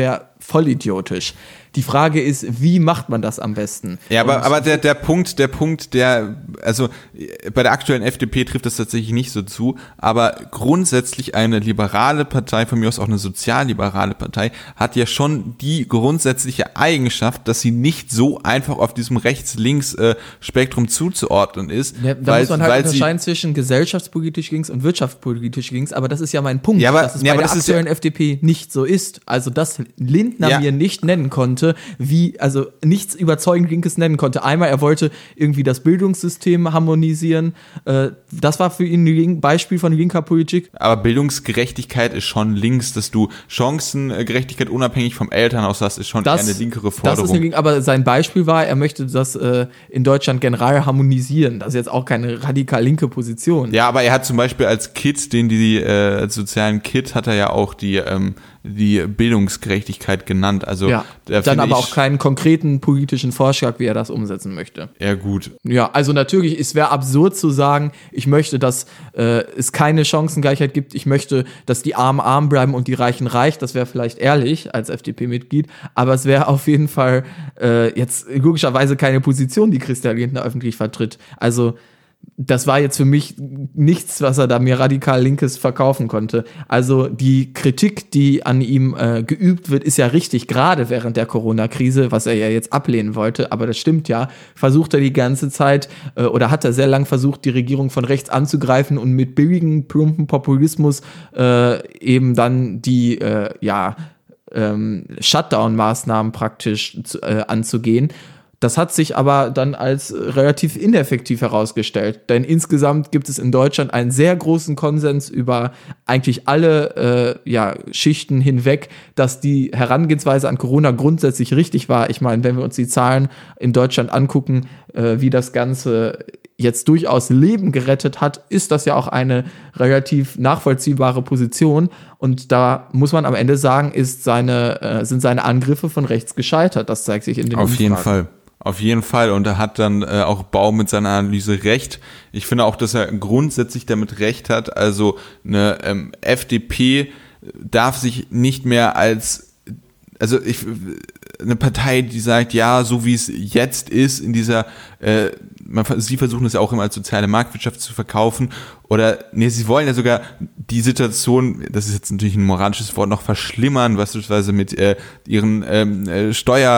Speaker 2: vollidiotisch. Die Frage ist, wie macht man das am besten?
Speaker 1: Ja, aber,
Speaker 2: Und
Speaker 1: aber der, der Punkt, der Punkt, der, also bei der aktuellen F D P trifft das tatsächlich nicht so zu, aber grundsätzlich eine liberale Partei, von mir aus auch eine sozialliberale Partei, hat ja schon die grundsätzliche Eigenschaft, dass sie nicht so einfach auf diesem Rechts-Links-Spektrum zuzuordnen ist.
Speaker 2: Ja, da
Speaker 1: weil,
Speaker 2: muss man halt
Speaker 1: weil
Speaker 2: unterscheiden zwischen gesellschaftspolitisch links und wirtschaftspolitisch links, aber das ist ja mein Punkt,
Speaker 1: Ja, aber-
Speaker 2: dass es
Speaker 1: ja,
Speaker 2: bei
Speaker 1: aber
Speaker 2: der
Speaker 1: das ist
Speaker 2: aktuellen F D P nicht so ist. Also, dass Lindner
Speaker 1: Ja.
Speaker 2: mir nicht nennen konnte, wie, also nichts überzeugend Linkes nennen konnte. Einmal, er wollte irgendwie das Bildungssystem harmonisieren. Äh, das war für ihn ein Beispiel von linker Politik.
Speaker 1: Aber Bildungsgerechtigkeit ist schon links, dass du Chancengerechtigkeit unabhängig vom Elternhaus hast, ist schon
Speaker 2: Das,
Speaker 1: eher eine linkere
Speaker 2: das ist
Speaker 1: Forderung.
Speaker 2: eine, aber sein Beispiel war, er möchte das äh, in Deutschland generell harmonisieren. Das ist jetzt auch keine radikal linke Position.
Speaker 1: Ja, aber er hat zum Beispiel als Kid, den die, äh, als sozialen Kid, hat er ja auch die, ähm, die Bildungsgerechtigkeit genannt. Also
Speaker 2: Ja,
Speaker 1: da
Speaker 2: dann
Speaker 1: finde
Speaker 2: aber
Speaker 1: ich-
Speaker 2: auch keinen konkreten politischen Vorschlag, wie er das umsetzen möchte.
Speaker 1: Ja, gut.
Speaker 2: Ja, also natürlich, es wäre absurd zu sagen, ich möchte, dass äh, es keine Chancengleichheit gibt, ich möchte, dass die Armen arm bleiben und die Reichen reich, das wäre vielleicht ehrlich als F D P-Mitglied, aber es wäre auf jeden Fall äh, jetzt logischerweise keine Position, die Christian Lindner öffentlich vertritt. Also das war jetzt für mich nichts, was er da mir radikal Linkes verkaufen konnte. Also die Kritik, die an ihm äh, geübt wird, ist ja richtig, gerade während der Corona-Krise, was er ja jetzt ablehnen wollte, aber das stimmt ja, versucht er die ganze Zeit äh, oder hat er sehr lang versucht, die Regierung von rechts anzugreifen und mit billigen, plumpen Populismus äh, eben dann die, äh, ja, ähm, Shutdown-Maßnahmen praktisch zu, äh, anzugehen. Das hat sich aber dann als relativ ineffektiv herausgestellt, denn insgesamt gibt es in Deutschland einen sehr großen Konsens über eigentlich alle äh, ja, Schichten hinweg, dass die Herangehensweise an Corona grundsätzlich richtig war. Ich meine, wenn wir uns die Zahlen in Deutschland angucken, äh, wie das Ganze jetzt durchaus Leben gerettet hat, ist das ja auch eine relativ nachvollziehbare Position. Und da muss man am Ende sagen, ist seine, äh, sind seine Angriffe von rechts gescheitert. Das zeigt sich in den
Speaker 1: Auf
Speaker 2: Umfragen.
Speaker 1: jeden Fall. Auf jeden Fall. Und da hat dann äh, auch Baum mit seiner Analyse recht. Ich finde auch, dass er grundsätzlich damit recht hat. Also eine ähm, F D P darf sich nicht mehr als, also ich, eine Partei, die sagt, ja, so wie es jetzt ist, in dieser, äh, man, sie versuchen es ja auch immer als soziale Marktwirtschaft zu verkaufen, oder, nee, sie wollen ja sogar die Situation, das ist jetzt natürlich ein moralisches Wort, noch verschlimmern, beispielsweise mit äh, ihren ähm, äh,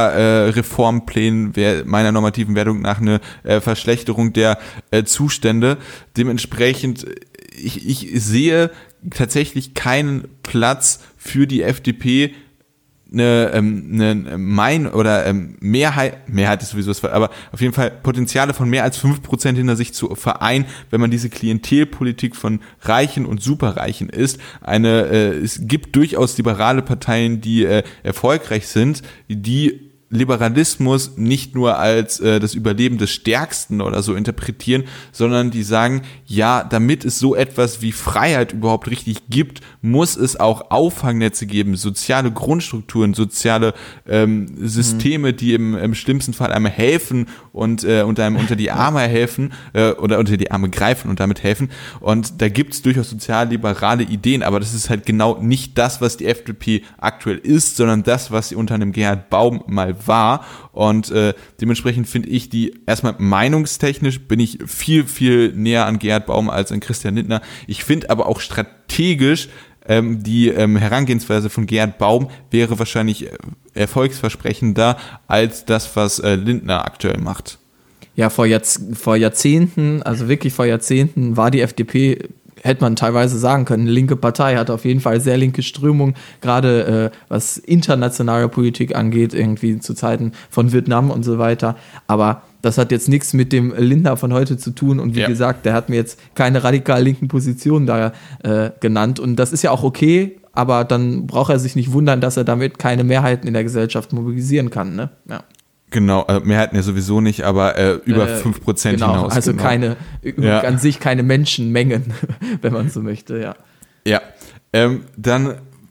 Speaker 1: Steuerreformplänen, äh, meiner normativen Wertung nach eine äh, Verschlechterung der äh, Zustände. Dementsprechend, ich, ich sehe tatsächlich keinen Platz für die F D P, eine, ähm, eine Mein- oder ähm, Mehrheit, Mehrheit ist sowieso das, aber auf jeden Fall Potenziale von mehr als fünf Prozent hinter sich zu vereinen, wenn man diese Klientelpolitik von Reichen und Superreichen ist. Eine, äh, es gibt durchaus liberale Parteien, die äh, erfolgreich sind, die Liberalismus nicht nur als äh, das Überleben des Stärksten oder so interpretieren, sondern die sagen, ja, damit es so etwas wie Freiheit überhaupt richtig gibt, muss es auch Auffangnetze geben, soziale Grundstrukturen, soziale ähm, Systeme, mhm. die im, im schlimmsten Fall einem helfen und, äh, und einem unter die Arme helfen äh, oder unter die Arme greifen und damit helfen. Und da gibt es durchaus sozialliberale Ideen, aber das ist halt genau nicht das, was die F D P aktuell ist, sondern das, was sie unter einem Gerhard Baum mal war. Und äh, dementsprechend finde ich die, erstmal meinungstechnisch bin ich viel, viel näher an Gerhard Baum als an Christian Lindner. Ich finde aber auch strategisch ähm, die ähm, Herangehensweise von Gerhard Baum wäre wahrscheinlich erfolgsversprechender als das, was äh, Lindner aktuell macht.
Speaker 2: Ja, vor, Jahrz- vor Jahrzehnten, also wirklich vor Jahrzehnten war die F D P, hätte man teilweise sagen können, eine linke Partei, hat auf jeden Fall sehr linke Strömung, gerade äh, was internationale Politik angeht, irgendwie zu Zeiten von Vietnam und so weiter. Aber das hat jetzt nichts mit dem Lindner von heute zu tun. Und wie
Speaker 1: ja.
Speaker 2: gesagt, der hat mir jetzt keine radikal linken Positionen da äh, genannt. Und das ist ja auch okay, aber dann braucht er sich nicht wundern, dass er damit keine Mehrheiten in der Gesellschaft mobilisieren kann. Ne? Ja.
Speaker 1: Genau, äh, Mehrheiten ja sowieso nicht, aber äh, über äh, fünf Prozent
Speaker 2: genau,
Speaker 1: hinaus.
Speaker 2: Also
Speaker 1: genau.
Speaker 2: keine,
Speaker 1: ja.
Speaker 2: an sich keine Menschenmengen, wenn man so möchte, ja.
Speaker 1: Ja, ähm, dann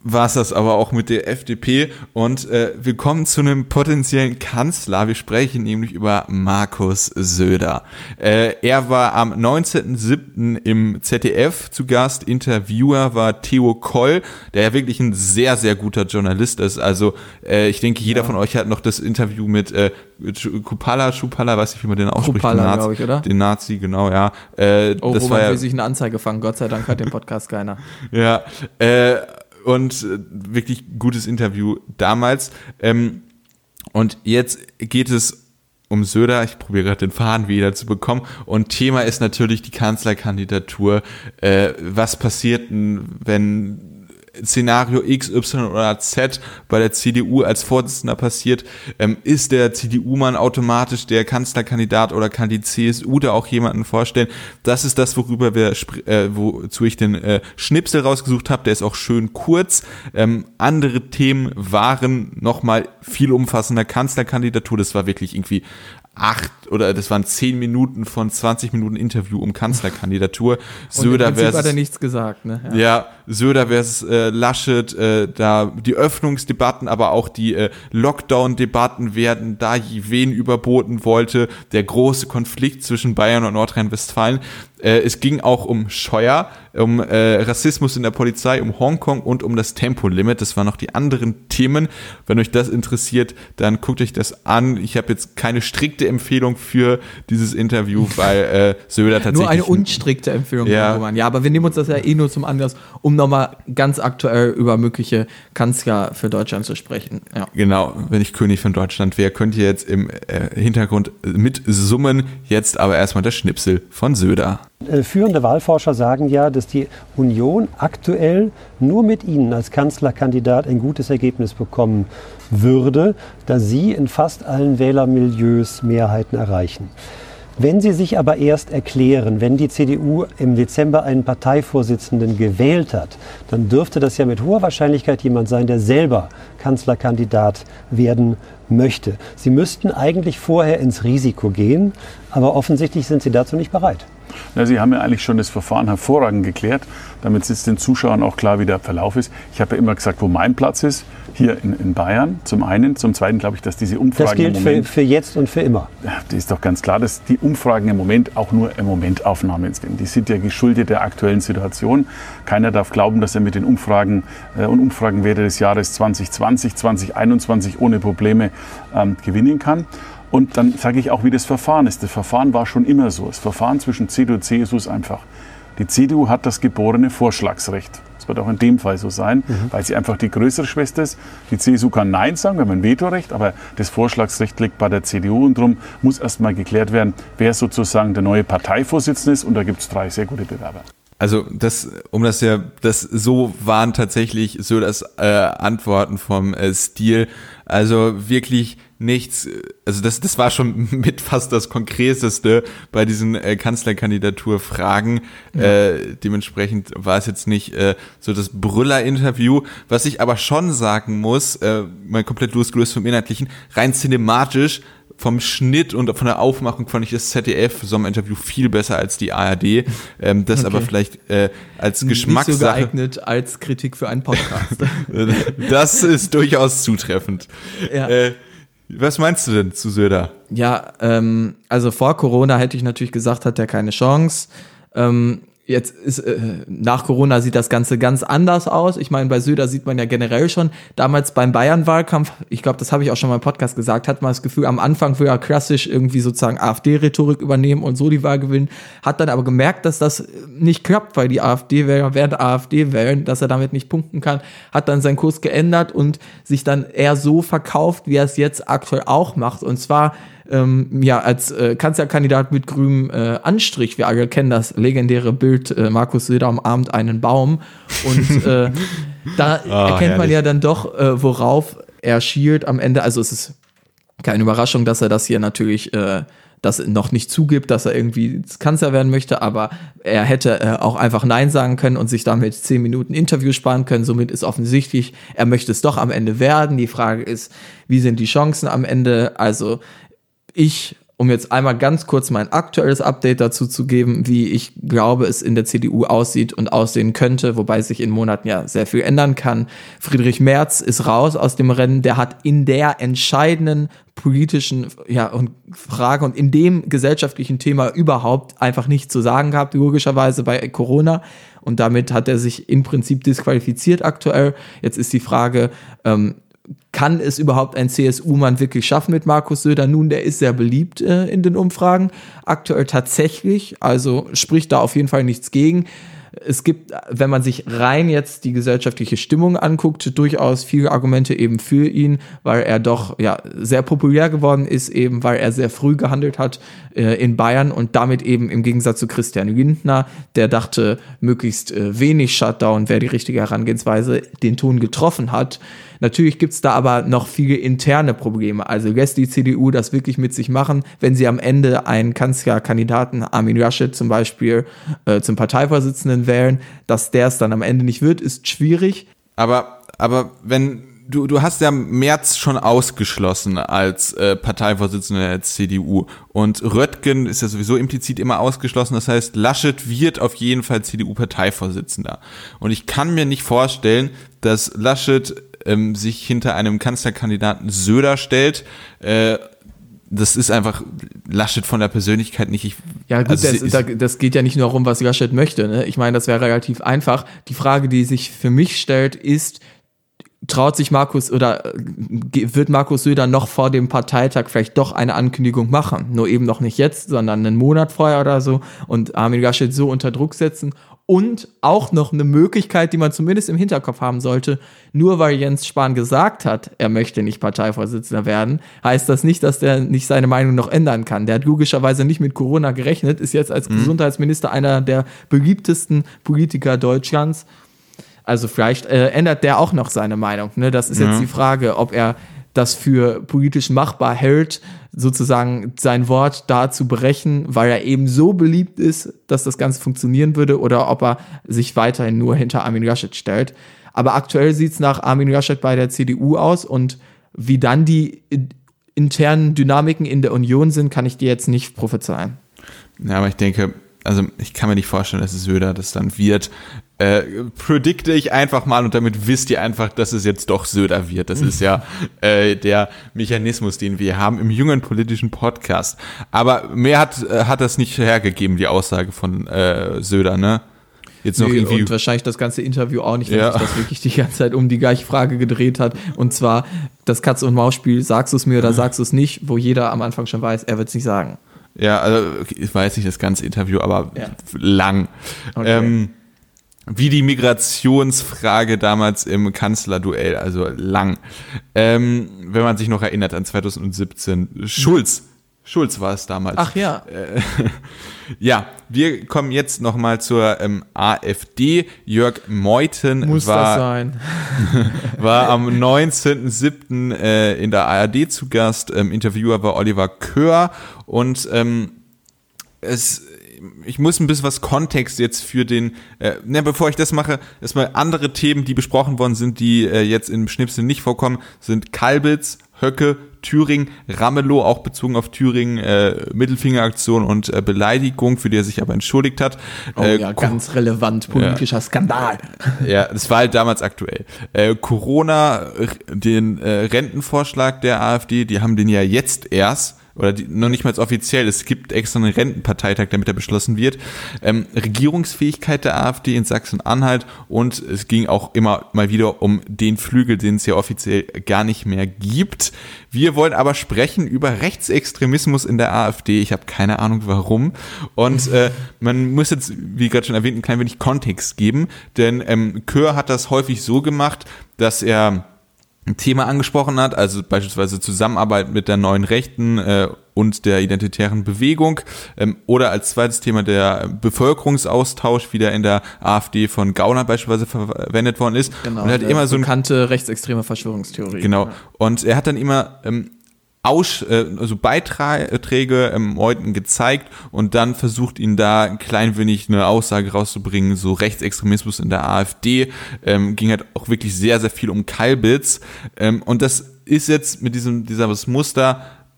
Speaker 1: war es das aber auch mit der F D P und äh, wir kommen zu einem potenziellen Kanzler. Wir sprechen nämlich über Markus Söder. Äh, er war am neunzehnten siebten im Z D F zu Gast. Interviewer war Theo Koll, der ja wirklich ein sehr, sehr guter Journalist ist. Also äh, ich denke, jeder ja. von euch hat noch das Interview mit äh, Kupala, Schupala, weiß nicht, wie man den ausspricht.
Speaker 2: Kupala, glaube ich, oder?
Speaker 1: Den Nazi, genau, ja. Äh,
Speaker 2: oh,
Speaker 1: das
Speaker 2: wo
Speaker 1: war
Speaker 2: man
Speaker 1: ja,
Speaker 2: will sich eine Anzeige fangen. Gott sei Dank hört den Podcast keiner.
Speaker 1: Ja, äh, und äh, wirklich gutes Interview damals. Ähm, und jetzt geht es um Söder. Ich probiere gerade den Faden wieder zu bekommen. Und Thema ist natürlich die Kanzlerkandidatur. Äh, was passiert, wenn Szenario X, Y oder Z bei der C D U als Vorsitzender passiert? Ähm, ist der C D U-Mann automatisch der Kanzlerkandidat oder kann die C S U da auch jemanden vorstellen? Das ist das, worüber wir, äh, wozu ich den äh, Schnipsel rausgesucht habe. Der ist auch schön kurz. Ähm, andere Themen waren nochmal viel umfassender. Kanzlerkandidatur, das war wirklich irgendwie acht oder das waren zehn Minuten von zwanzig Minuten Interview um Kanzlerkandidatur. Söder
Speaker 2: und im Prinzip hat er
Speaker 1: versus,
Speaker 2: nichts gesagt, ne?
Speaker 1: Ja, ja Söder versus äh, Laschet, äh, da die Öffnungsdebatten, aber auch die äh, Lockdown-Debatten werden da wen überboten wollte. Der große Konflikt zwischen Bayern und Nordrhein-Westfalen. Äh, es ging auch um Scheuer, um äh, Rassismus in der Polizei, um Hongkong und um das Tempolimit. Das waren noch die anderen Themen. Wenn euch das interessiert, dann guckt euch das an. Ich habe jetzt keine strikte Empfehlung für dieses Interview, weil äh, Söder tatsächlich...
Speaker 2: Nur eine unstrikte Empfehlung.
Speaker 1: Ja.
Speaker 2: Roman. Ja, aber wir nehmen uns das ja eh nur zum Anlass, um nochmal ganz aktuell über mögliche Kanzler für Deutschland zu sprechen. Ja.
Speaker 1: Genau, wenn ich König von Deutschland wäre, könnt ihr jetzt im äh, Hintergrund mitsummen. Jetzt aber erstmal der Schnipsel von Söder.
Speaker 7: Führende Wahlforscher sagen ja, dass die Union aktuell nur mit Ihnen als Kanzlerkandidat ein gutes Ergebnis bekommen würde, da Sie in fast allen Wählermilieus Mehrheiten erreichen. Wenn Sie sich aber erst erklären, wenn die C D U im Dezember einen Parteivorsitzenden gewählt hat, dann dürfte das ja mit hoher Wahrscheinlichkeit jemand sein, der selber Kanzlerkandidat werden möchte. Sie müssten eigentlich vorher ins Risiko gehen, aber offensichtlich sind Sie dazu nicht bereit.
Speaker 8: Na, Sie haben ja eigentlich schon das Verfahren hervorragend geklärt, damit es den Zuschauern auch klar, wie der Verlauf ist. Ich habe ja immer gesagt, wo mein Platz ist, hier in, in Bayern zum einen. Zum Zweiten glaube ich, dass diese Umfragen
Speaker 7: Das gilt
Speaker 8: im Moment,
Speaker 7: für, für jetzt und für immer.
Speaker 8: Ja, das ist doch ganz klar, dass die Umfragen im Moment auch nur im Momentaufnahmen sind. Die sind ja geschuldet der aktuellen Situation. Keiner darf glauben, dass er mit den Umfragen äh, und Umfragenwerte des Jahres zwanzig zwanzig, zwanzig einundzwanzig ohne Probleme ähm, gewinnen kann. Und dann sage ich auch, wie das Verfahren ist. Das Verfahren war schon immer so. Das Verfahren zwischen C D U und C S U ist einfach. Die C D U hat das geborene Vorschlagsrecht. Das wird auch in dem Fall so sein, mhm. weil sie einfach die größere Schwester ist. Die C S U kann Nein sagen, wir haben ein Vetorecht, aber das Vorschlagsrecht liegt bei der C D U und darum muss erst mal geklärt werden, wer sozusagen der neue Parteivorsitzende ist. Und da gibt es drei sehr gute Bewerber.
Speaker 1: Also das, um das ja, das so waren tatsächlich so das äh, Antworten vom äh, Stil. Also wirklich nichts, also das, das war schon mit fast das Konkreteste bei diesen äh, Kanzlerkandidaturfragen. Ja. Äh, dementsprechend war es jetzt nicht äh, so das Brüller-Interview. Was ich aber schon sagen muss, äh, mal komplett losgelöst vom Inhaltlichen, rein cinematisch, vom Schnitt und von der Aufmachung fand ich das Z D F-Sommerinterview viel besser als die A R D. Ähm, das okay. aber vielleicht äh, als Geschmackssache.
Speaker 2: Nicht so geeignet als Kritik für einen Podcast.
Speaker 1: Das ist durchaus zutreffend.
Speaker 2: Ja.
Speaker 1: Äh, was meinst du denn zu Söder?
Speaker 2: Ja, ähm, also vor Corona hätte ich natürlich gesagt, hat er keine Chance. Ähm, Jetzt ist, äh, nach Corona sieht das Ganze ganz anders aus. Ich meine, bei Söder sieht man ja generell schon, damals beim Bayern-Wahlkampf, ich glaube, das habe ich auch schon mal im Podcast gesagt, hat man das Gefühl, am Anfang will er klassisch irgendwie sozusagen AfD-Rhetorik übernehmen und so die Wahl gewinnen, hat dann aber gemerkt, dass das nicht klappt, weil die AfD-Wähler während AfD wählen, dass er damit nicht punkten kann, hat dann seinen Kurs geändert und sich dann eher so verkauft, wie er es jetzt aktuell auch macht. Und zwar Ähm, ja, als äh, Kanzlerkandidat mit grünem äh, Anstrich. Wir alle kennen das legendäre Bild, äh, Markus Söder umarmt einen Baum. Und äh, da oh, erkennt man herrlich. Ja dann doch, äh, worauf er schielt am Ende. Also es ist keine Überraschung, dass er das hier natürlich äh, das noch nicht zugibt, dass er irgendwie Kanzler werden möchte, aber er hätte äh, auch einfach Nein sagen können und sich damit zehn Minuten Interview sparen können. Somit ist offensichtlich, er möchte es doch am Ende werden. Die Frage ist, wie sind die Chancen am Ende? Also ich um jetzt einmal ganz kurz mein aktuelles Update dazu zu geben, wie ich glaube, es in der C D U aussieht und aussehen könnte, wobei sich in Monaten ja sehr viel ändern kann. Friedrich Merz ist raus aus dem Rennen, der hat in der entscheidenden politischen ja, und Frage und in dem gesellschaftlichen Thema überhaupt einfach nichts zu sagen gehabt, logischerweise bei Corona. Und damit hat er sich im Prinzip disqualifiziert aktuell. Jetzt ist die Frage, ähm, kann es überhaupt ein C S U-Mann wirklich schaffen mit Markus Söder? Nun, der ist sehr beliebt äh, in den Umfragen. Aktuell tatsächlich, also spricht da auf jeden Fall nichts gegen. Es gibt, wenn man sich rein jetzt die gesellschaftliche Stimmung anguckt, durchaus viele Argumente eben für ihn, weil er doch ja sehr populär geworden ist, eben weil er sehr früh gehandelt hat äh, in Bayern und damit eben im Gegensatz zu Christian Lindner, der dachte, möglichst äh, wenig Shutdown wäre die richtige Herangehensweise, den Ton getroffen hat. Natürlich gibt's da aber noch viele interne Probleme. Also lässt die C D U das wirklich mit sich machen, wenn sie am Ende einen Kanzlerkandidaten, Armin Laschet zum Beispiel, äh, zum Parteivorsitzenden wählen, dass der es dann am Ende nicht wird, ist schwierig.
Speaker 1: Aber, aber wenn du, du hast ja Merz schon ausgeschlossen als äh, Parteivorsitzender der C D U und Röttgen ist ja sowieso implizit immer ausgeschlossen. Das heißt, Laschet wird auf jeden Fall C D U-Parteivorsitzender. Und ich kann mir nicht vorstellen, dass Laschet ähm, sich hinter einem Kanzlerkandidaten Söder stellt. Äh, das ist einfach Laschet von der Persönlichkeit nicht. Ich,
Speaker 2: ja gut,
Speaker 1: also
Speaker 2: das,
Speaker 1: ist,
Speaker 2: da, das geht ja nicht nur darum, was Laschet möchte. Ne? Ich meine, das wäre relativ einfach. Die Frage, die sich für mich stellt, ist, traut sich Markus oder wird Markus Söder noch vor dem Parteitag vielleicht doch eine Ankündigung machen? Nur eben noch nicht jetzt, sondern einen Monat vorher oder so und Armin Laschet so unter Druck setzen. Und auch noch eine Möglichkeit, die man zumindest im Hinterkopf haben sollte, nur weil Jens Spahn gesagt hat, er möchte nicht Parteivorsitzender werden, heißt das nicht, dass der nicht seine Meinung noch ändern kann. Der hat logischerweise nicht mit Corona gerechnet, ist jetzt als mhm. Gesundheitsminister einer der beliebtesten Politiker Deutschlands. Also vielleicht äh, ändert der auch noch seine Meinung. Ne? Das ist ja. jetzt die Frage, ob er das für politisch machbar hält, sozusagen sein Wort da zu brechen, weil er eben so beliebt ist, dass das Ganze funktionieren würde, oder ob er sich weiterhin nur hinter Armin Laschet stellt. Aber aktuell sieht es nach Armin Laschet bei der C D U aus, und wie dann die internen Dynamiken in der Union sind, kann ich dir jetzt nicht prophezeien.
Speaker 1: Ja, aber ich denke, also ich kann mir nicht vorstellen, dass es Söder das dann wird. Äh, predikte ich einfach mal, und damit wisst ihr einfach, dass es jetzt doch Söder wird. Das ist ja äh, der Mechanismus, den wir haben im jungen politischen Podcast. Aber mehr hat, äh, hat das nicht hergegeben, die Aussage von äh, Söder, ne? Jetzt noch
Speaker 2: nee,
Speaker 1: irgendwie
Speaker 2: und wahrscheinlich das ganze Interview auch nicht, wenn
Speaker 1: ja.
Speaker 2: sich das wirklich die ganze Zeit um die gleiche Frage gedreht hat. Und zwar das Katz-und-Maus-Spiel, sagst du es mir oder sagst du es nicht, wo jeder am Anfang schon weiß, er wird es nicht sagen.
Speaker 1: Ja, also ich weiß nicht das ganze Interview, aber ja. lang. Okay. Ähm, wie die Migrationsfrage damals im Kanzlerduell, also lang. Ähm, wenn man sich noch erinnert an zwanzig siebzehn. Schulz. Schulz war es damals.
Speaker 2: Ach ja.
Speaker 1: Äh, ja, wir kommen jetzt nochmal zur ähm, AfD. Jörg Meuthen
Speaker 2: Muss
Speaker 1: war,
Speaker 2: das sein.
Speaker 1: war am neunzehnten siebten äh, in der A R D zu Gast. Ähm, Interviewer war Oliver Köhr. Und ähm, es... ich muss ein bisschen was Kontext jetzt für den, äh, ne, bevor ich das mache, erstmal andere Themen, die besprochen worden sind, die äh, jetzt im Schnipsel nicht vorkommen, sind Kalbitz, Höcke, Thüringen, Ramelow, auch bezogen auf Thüringen, äh, Mittelfingeraktion und äh, Beleidigung, für die er sich aber entschuldigt hat.
Speaker 2: Oh
Speaker 1: äh,
Speaker 2: ja, ganz relevant, politischer
Speaker 1: ja.
Speaker 2: Skandal.
Speaker 1: Ja, das war halt damals aktuell. Äh, Corona, den äh, Rentenvorschlag der AfD, die haben den ja jetzt erst, oder die, noch nicht mal offiziell, es gibt extra einen Rentenparteitag, damit er beschlossen wird. Ähm, Regierungsfähigkeit der AfD in Sachsen-Anhalt, und es ging auch immer mal wieder um den Flügel, den es ja offiziell gar nicht mehr gibt. Wir wollen aber sprechen über Rechtsextremismus in der AfD. Ich habe keine Ahnung warum. Und äh, man muss jetzt, wie gerade schon erwähnt, ein klein wenig Kontext geben, denn ähm, Köhr hat das häufig so gemacht, dass er ein Thema angesprochen hat, also beispielsweise Zusammenarbeit mit der neuen Rechten äh, und der identitären Bewegung, ähm, oder als zweites Thema der Bevölkerungsaustausch, wie der in der AfD von Gauner beispielsweise verwendet worden ist.
Speaker 2: Genau,
Speaker 1: und er hat immer so
Speaker 2: bekannte rechtsextreme Verschwörungstheorie.
Speaker 1: Genau. Und er hat dann immer ähm, Aus, äh, also Beiträge ähm, Meuthen gezeigt und dann versucht, ihn da ein klein wenig eine Aussage rauszubringen, so Rechtsextremismus in der AfD, ähm, ging halt auch wirklich sehr, sehr viel um Kalbitz, ähm, und das ist jetzt mit diesem, dieser Muster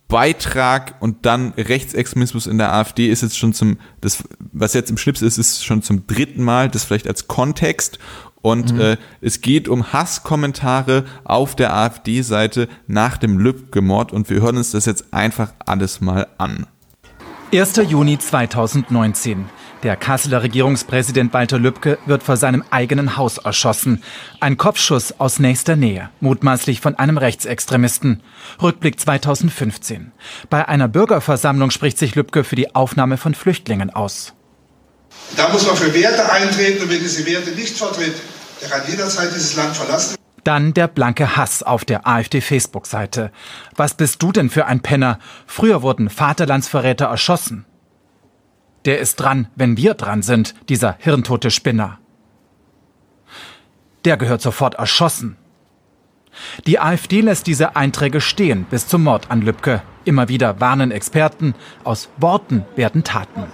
Speaker 1: Beitrag und dann Rechtsextremismus in der AfD ist jetzt schon zum, das, was jetzt im Schnips ist, ist schon zum dritten Mal, das vielleicht als Kontext. Und mhm. äh, es geht um Hasskommentare auf der AfD-Seite nach dem Lübcke-Mord und wir hören uns das jetzt einfach alles mal an.
Speaker 9: erster Juni zweitausendneunzehn. Der Kasseler Regierungspräsident Walter Lübcke wird vor seinem eigenen Haus erschossen. Ein Kopfschuss aus nächster Nähe, mutmaßlich von einem Rechtsextremisten. Rückblick zweitausendfünfzehn. Bei einer Bürgerversammlung spricht sich Lübcke für die Aufnahme von Flüchtlingen aus.
Speaker 10: Da muss man für Werte eintreten und wer diese Werte nicht vertritt, der kann jederzeit dieses Land verlassen.
Speaker 9: Dann der blanke Hass auf der AfD-Facebook-Seite. Was bist du denn für ein Penner? Früher wurden Vaterlandsverräter erschossen. Der ist dran, wenn wir dran sind, dieser hirntote Spinner. Der gehört sofort erschossen. Die AfD lässt diese Einträge stehen bis zum Mord an Lübcke. Immer wieder warnen Experten, aus Worten werden Taten.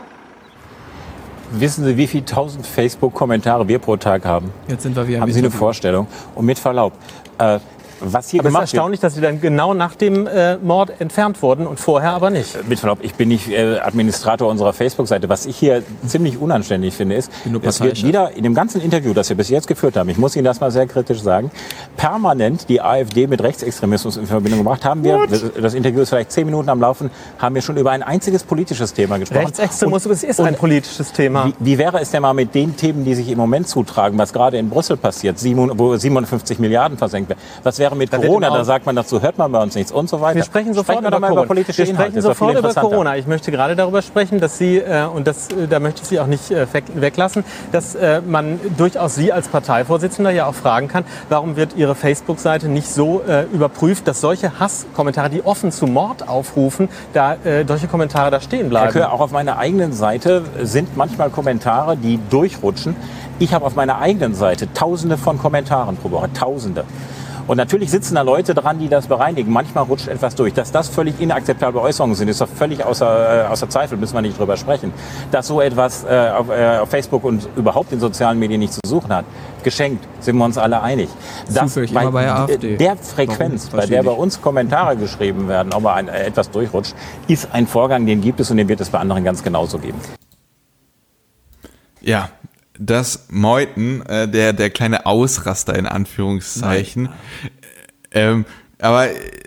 Speaker 11: Wissen Sie, wie viele tausend Facebook-Kommentare wir pro Tag haben?
Speaker 2: Jetzt sind wir wieder
Speaker 11: Haben Sie eine Vorstellung? Und mit Verlaub, äh, was hier
Speaker 12: aber
Speaker 11: gemacht
Speaker 12: es ist erstaunlich, dass Sie dann genau nach dem äh, Mord entfernt wurden und vorher aber nicht.
Speaker 11: wird, mit Verlaub, ich bin nicht äh, Administrator unserer Facebook-Seite. Was ich hier ziemlich unanständig finde, ist, es wird wieder in dem ganzen Interview, das wir bis jetzt geführt haben, ich muss Ihnen das mal sehr kritisch sagen, permanent die AfD mit Rechtsextremismus in Verbindung gebracht. Haben wir, What? das Interview ist vielleicht zehn Minuten am Laufen, haben wir schon über ein einziges politisches Thema gesprochen.
Speaker 12: Rechtsextremismus ist ein politisches Thema.
Speaker 11: Wie, wie wäre es denn mal mit den Themen, die sich im Moment zutragen, was gerade in Brüssel passiert, wo siebenundfünfzig Milliarden versenkt werden? Was wäre mit da Corona? Da sagt man dazu, hört man bei uns nichts und so weiter.
Speaker 12: Wir sprechen sofort
Speaker 11: sprechen wir
Speaker 12: über,
Speaker 11: über politische
Speaker 12: wir
Speaker 11: Inhalte.
Speaker 12: sprechen sofort über Corona. Ich möchte gerade darüber sprechen, dass Sie, äh, und das, äh, da möchte ich Sie auch nicht äh, weglassen, dass äh, man durchaus Sie als Parteivorsitzender ja auch fragen kann, warum wird Ihre Facebook-Seite nicht so äh, überprüft, dass solche Hasskommentare, die offen zu Mord aufrufen, da äh, solche Kommentare da stehen bleiben.
Speaker 11: Herr Köhr, auch auf meiner eigenen Seite sind manchmal Kommentare, die durchrutschen. Ich habe auf meiner eigenen Seite Tausende von Kommentaren pro Woche, Tausende. Und natürlich sitzen da Leute dran, die das bereinigen. Manchmal rutscht etwas durch. Dass das völlig inakzeptable Äußerungen sind, ist doch völlig außer, äh, außer Zweifel, müssen wir nicht drüber sprechen. Dass so etwas äh, auf, äh, auf Facebook und überhaupt in sozialen Medien nicht zu suchen hat, geschenkt, sind wir uns alle einig. Das bei,
Speaker 2: immer bei der AfD.
Speaker 11: Der Frequenz, bei der bei uns Kommentare geschrieben werden, ob ein, äh, etwas durchrutscht, ist ein Vorgang, den gibt es und den wird es bei anderen ganz genauso geben.
Speaker 1: Ja. Das Meuthen, äh, der, der kleine Ausraster in Anführungszeichen. Ähm, aber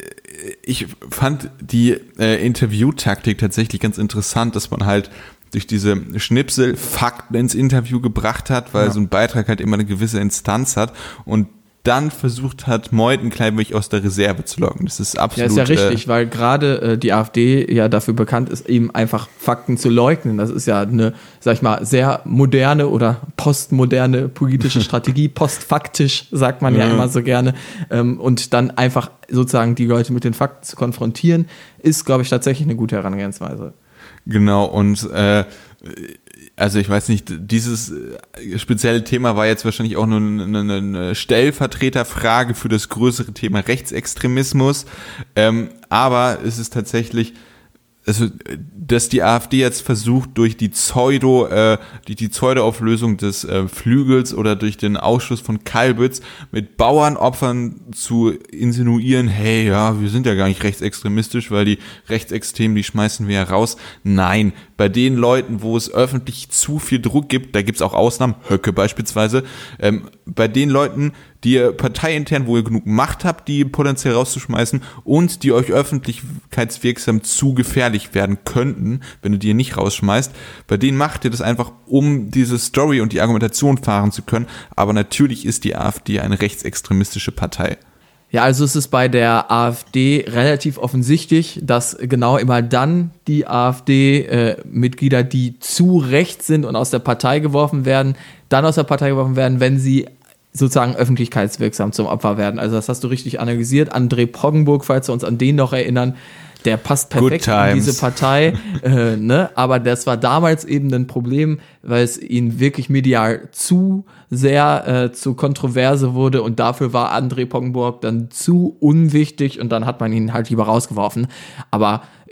Speaker 1: ich fand die äh, Interviewtaktik tatsächlich ganz interessant, dass man halt durch diese Schnipsel Fakten ins Interview gebracht hat, weil ja. so ein Beitrag halt immer eine gewisse Instanz hat und dann versucht hat, Meuthen kleinlich aus der Reserve zu locken. Das ist absolut...
Speaker 2: Ja, ist ja richtig, äh, weil gerade äh, die AfD ja dafür bekannt ist, eben einfach Fakten zu leugnen. Das ist ja eine, sag ich mal, sehr moderne oder postmoderne politische Strategie. Postfaktisch, sagt man ja, ja immer so gerne. Ähm, und dann einfach sozusagen die Leute mit den Fakten zu konfrontieren, ist, glaube ich, tatsächlich eine gute Herangehensweise.
Speaker 1: Genau, und äh, also ich weiß nicht, dieses spezielle Thema war jetzt wahrscheinlich auch nur eine, eine Stellvertreterfrage für das größere Thema Rechtsextremismus, ähm, aber es ist tatsächlich, also dass die AfD jetzt versucht, durch die Pseudo, äh, die, die Pseudo-Auflösung des äh, Flügels oder durch den Ausschluss von Kalbitz mit Bauernopfern zu insinuieren, hey, ja, wir sind ja gar nicht rechtsextremistisch, weil die Rechtsextremen, die schmeißen wir ja raus. Nein, bei den Leuten, wo es öffentlich zu viel Druck gibt, da gibt's auch Ausnahmen, Höcke beispielsweise, ähm, bei den Leuten, die ihr parteiintern, wo ihr genug Macht habt, die potenziell rauszuschmeißen und die euch öffentlichkeitswirksam zu gefährlich werden könnten, wenn du die nicht rausschmeißt, bei denen macht ihr das einfach, um diese Story und die Argumentation fahren zu können, aber natürlich ist die AfD eine rechtsextremistische Partei.
Speaker 2: Ja, also es ist bei der AfD relativ offensichtlich, dass genau immer dann die AfD-Mitglieder, äh, die zu rechts sind und aus der Partei geworfen werden, dann aus der Partei geworfen werden, wenn sie sozusagen öffentlichkeitswirksam zum Opfer werden. Also das hast du richtig analysiert. André Poggenburg, falls wir uns an den noch erinnern, der passt perfekt in diese Partei, äh, ne? Aber das war damals eben ein Problem, weil es ihn wirklich medial zu sehr äh, zu Kontroverse wurde und dafür war André Poggenburg dann zu unwichtig und dann hat man ihn halt lieber rausgeworfen. Aber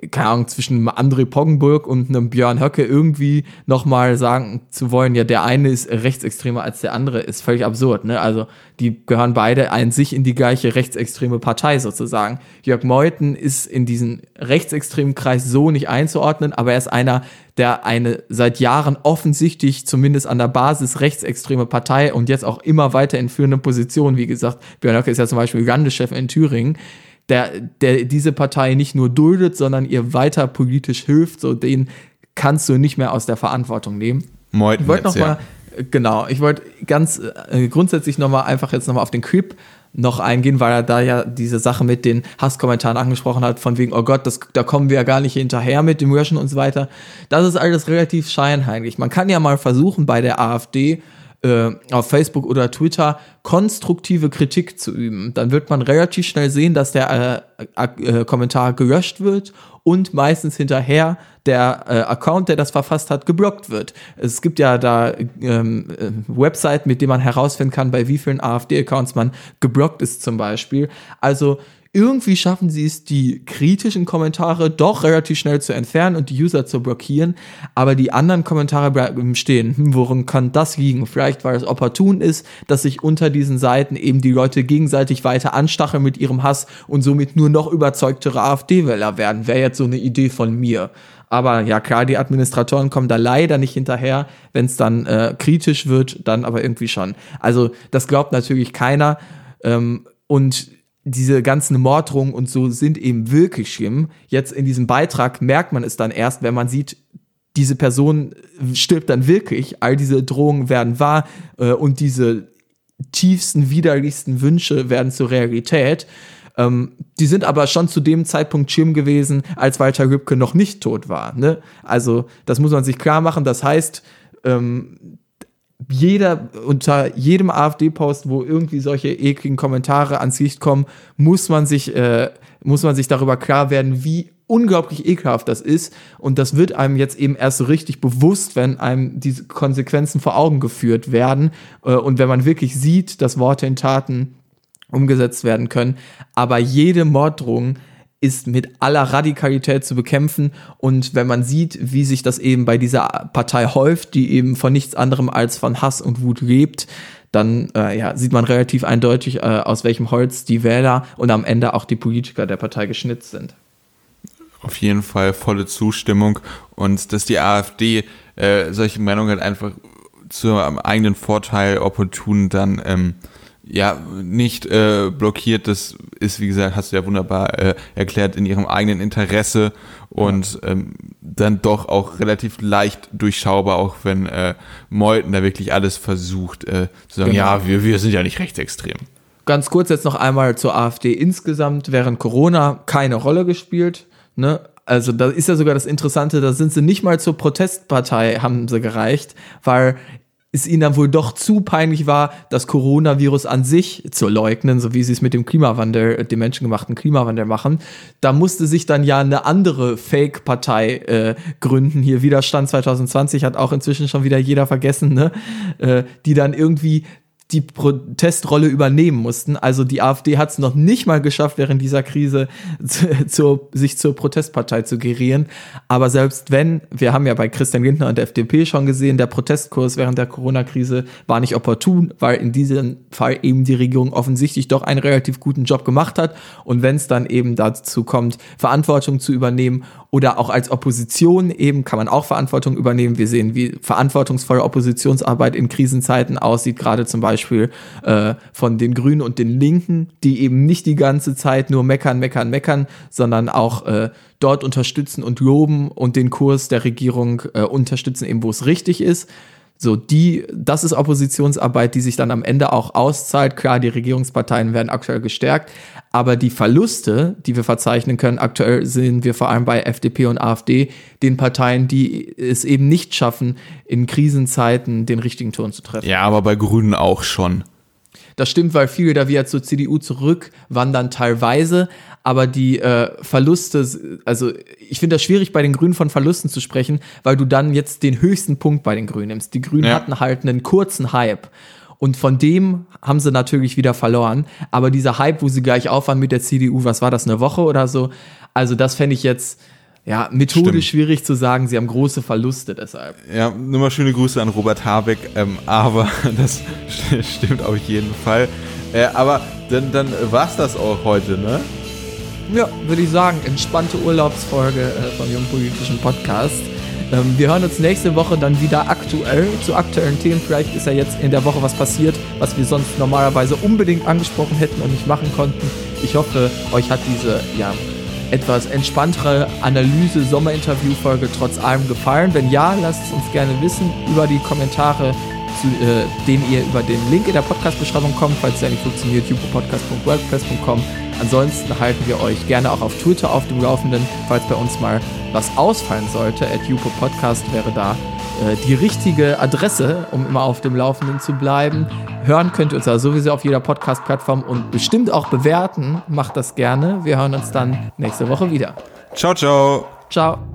Speaker 2: keine Ahnung, zwischen einem André Poggenburg und einem Björn Höcke irgendwie nochmal sagen zu wollen, ja, der eine ist rechtsextremer als der andere, ist völlig absurd, ne? Also die gehören beide an sich in die gleiche rechtsextreme Partei sozusagen. Jörg Meuthen ist in diesen rechtsextremen Kreis so nicht einzuordnen, aber er ist einer, der eine seit Jahren offensichtlich zumindest an der Basis rechtsextreme Partei und jetzt auch immer weiter in führenden Positionen, wie gesagt, Björn Höcke ist ja zum Beispiel Landeschef in Thüringen, der, der diese Partei nicht nur duldet, sondern ihr weiter politisch hilft, so den kannst du nicht mehr aus der Verantwortung nehmen.
Speaker 1: Meuthen
Speaker 2: ich wollte noch
Speaker 1: jetzt,
Speaker 2: mal, ja. Genau, ich wollte ganz äh, grundsätzlich nochmal einfach jetzt nochmal auf den Clip noch eingehen, weil er da ja diese Sache mit den Hasskommentaren angesprochen hat, von wegen, oh Gott, das, da kommen wir ja gar nicht hinterher mit dem Löschen und so weiter. Das ist alles relativ scheinheilig. Man kann ja mal versuchen, bei der AfD äh, auf Facebook oder Twitter konstruktive Kritik zu üben. Dann wird man relativ schnell sehen, dass der äh, äh, Kommentar gelöscht wird und meistens hinterher der äh, Account, der das verfasst hat, geblockt wird. Es gibt ja da ähm, äh, Webseiten, mit denen man herausfinden kann, bei wie vielen AfD-Accounts man geblockt ist zum Beispiel. Also irgendwie schaffen sie es, die kritischen Kommentare doch relativ schnell zu entfernen und die User zu blockieren, aber die anderen Kommentare bleiben stehen. Hm, woran kann das liegen? Vielleicht, weil es opportun ist, dass sich unter diesen Seiten eben die Leute gegenseitig weiter anstacheln mit ihrem Hass und somit nur noch überzeugtere AfD-Wähler werden. Wäre jetzt so eine Idee von mir. Aber ja, klar, die Administratoren kommen da leider nicht hinterher. Wenn es dann äh, kritisch wird, dann aber irgendwie schon. Also das glaubt natürlich keiner. Ähm, und diese ganzen Morddrohungen und so sind eben wirklich schlimm. Jetzt in diesem Beitrag merkt man es dann erst, wenn man sieht, diese Person stirbt dann wirklich. All diese Drohungen werden wahr äh, und diese tiefsten, widerlichsten Wünsche werden zur Realität. Ähm, die sind aber schon zu dem Zeitpunkt schlimm gewesen, als Walter Lübcke noch nicht tot war. Ne? Also das muss man sich klar machen. Das heißt, ähm, jeder, unter jedem AfD-Post, wo irgendwie solche ekligen Kommentare ans Licht kommen, muss man sich, äh, muss man sich darüber klar werden, wie unglaublich ekelhaft das ist. Und das wird einem jetzt eben erst so richtig bewusst, wenn einem diese Konsequenzen vor Augen geführt werden äh, und wenn man wirklich sieht, dass Worte in Taten umgesetzt werden können. Aber jede Morddrohung ist mit aller Radikalität zu bekämpfen. Und wenn man sieht, wie sich das eben bei dieser Partei häuft, die eben von nichts anderem als von Hass und Wut lebt, dann äh, ja, sieht man relativ eindeutig, äh, aus welchem Holz die Wähler und am Ende auch die Politiker der Partei geschnitzt sind.
Speaker 1: Auf jeden Fall volle Zustimmung. Und dass die AfD äh, solche Meinungen halt einfach zu einem eigenen Vorteil opportun dann ähm, ja, nicht äh, blockiert, das ist, wie gesagt, hast du ja wunderbar äh, erklärt, in ihrem eigenen Interesse und ja. ähm, dann doch auch relativ leicht durchschaubar, auch wenn äh, Meuthen da wirklich alles versucht, äh, zu sagen,
Speaker 2: genau.
Speaker 1: ja, wir, wir sind ja nicht rechtsextrem.
Speaker 2: Ganz kurz jetzt noch einmal zur AfD insgesamt, während Corona keine Rolle gespielt, ne? Also da ist ja sogar das Interessante, da sind sie nicht mal zur Protestpartei, haben sie gereicht, weil es ihnen dann wohl doch zu peinlich war, das Coronavirus an sich zu leugnen, so wie sie es mit dem Klimawandel, dem menschengemachten Klimawandel machen. Da musste sich dann ja eine andere Fake-Partei äh, gründen. Hier Widerstand zwanzig zwanzig hat auch inzwischen schon wieder jeder vergessen, ne? Äh, die dann irgendwie die Protestrolle übernehmen mussten. Also die AfD hat es noch nicht mal geschafft, während dieser Krise zu, zu, sich zur Protestpartei zu gerieren. Aber selbst wenn, wir haben ja bei Christian Lindner und der F D P schon gesehen, der Protestkurs während der Corona-Krise war nicht opportun, weil in diesem Fall eben die Regierung offensichtlich doch einen relativ guten Job gemacht hat. Und wenn es dann eben dazu kommt, Verantwortung zu übernehmen oder auch als Opposition eben kann man auch Verantwortung übernehmen. Wir sehen, wie verantwortungsvolle Oppositionsarbeit in Krisenzeiten aussieht, gerade zum Beispiel Beispiel äh, von den Grünen und den Linken, die eben nicht die ganze Zeit nur meckern, meckern, meckern, sondern auch äh, dort unterstützen und loben und den Kurs der Regierung äh, unterstützen, eben wo es richtig ist. So, die, das ist Oppositionsarbeit, die sich dann am Ende auch auszahlt. Klar, die Regierungsparteien werden aktuell gestärkt, aber die Verluste, die wir verzeichnen können, aktuell sehen wir vor allem bei F D P und AfD, den Parteien, die es eben nicht schaffen, in Krisenzeiten den richtigen Ton zu treffen.
Speaker 1: Ja, aber bei Grünen auch schon.
Speaker 2: Das stimmt, weil viele da wieder zur C D U zurückwandern teilweise, aber die äh, Verluste, also ich finde das schwierig, bei den Grünen von Verlusten zu sprechen, weil du dann jetzt den höchsten Punkt bei den Grünen nimmst. Die Grünen ja. hatten halt einen kurzen Hype und von dem haben sie natürlich wieder verloren, aber dieser Hype, wo sie gleich auf waren mit der C D U, was war das, eine Woche oder so, also das fände ich jetzt ja, Methode
Speaker 1: Stimmt.
Speaker 2: schwierig zu sagen. Sie haben große Verluste deshalb.
Speaker 1: Ja, nur mal schöne Grüße an Robert Habeck, ähm, aber das stimmt auf jeden Fall. Äh, aber dann, dann war's das auch heute, ne?
Speaker 2: Ja, würde ich sagen, entspannte Urlaubsfolge äh, vom Jungpolitischen Podcast. Ähm, wir hören uns nächste Woche dann wieder aktuell zu aktuellen Themen. Vielleicht ist ja jetzt in der Woche was passiert, was wir sonst normalerweise unbedingt angesprochen hätten und nicht machen konnten. Ich hoffe, euch hat diese ja, etwas entspanntere Analyse-Sommerinterview-Folge trotz allem gefallen. Wenn ja, lasst es uns gerne wissen über die Kommentare, zu äh, denen ihr über den Link in der Podcast-Beschreibung kommt, falls der nicht funktioniert, jupopodcast punkt wordpress punkt com. Ansonsten halten wir euch gerne auch auf Twitter auf dem Laufenden, falls bei uns mal was ausfallen sollte. At jupopodcast wäre da äh, die richtige Adresse, um immer auf dem Laufenden zu bleiben. Hören könnt ihr uns ja sowieso auf jeder Podcast-Plattform und bestimmt auch bewerten. Macht das gerne. Wir hören uns dann nächste Woche wieder.
Speaker 1: Ciao, ciao.
Speaker 2: Ciao.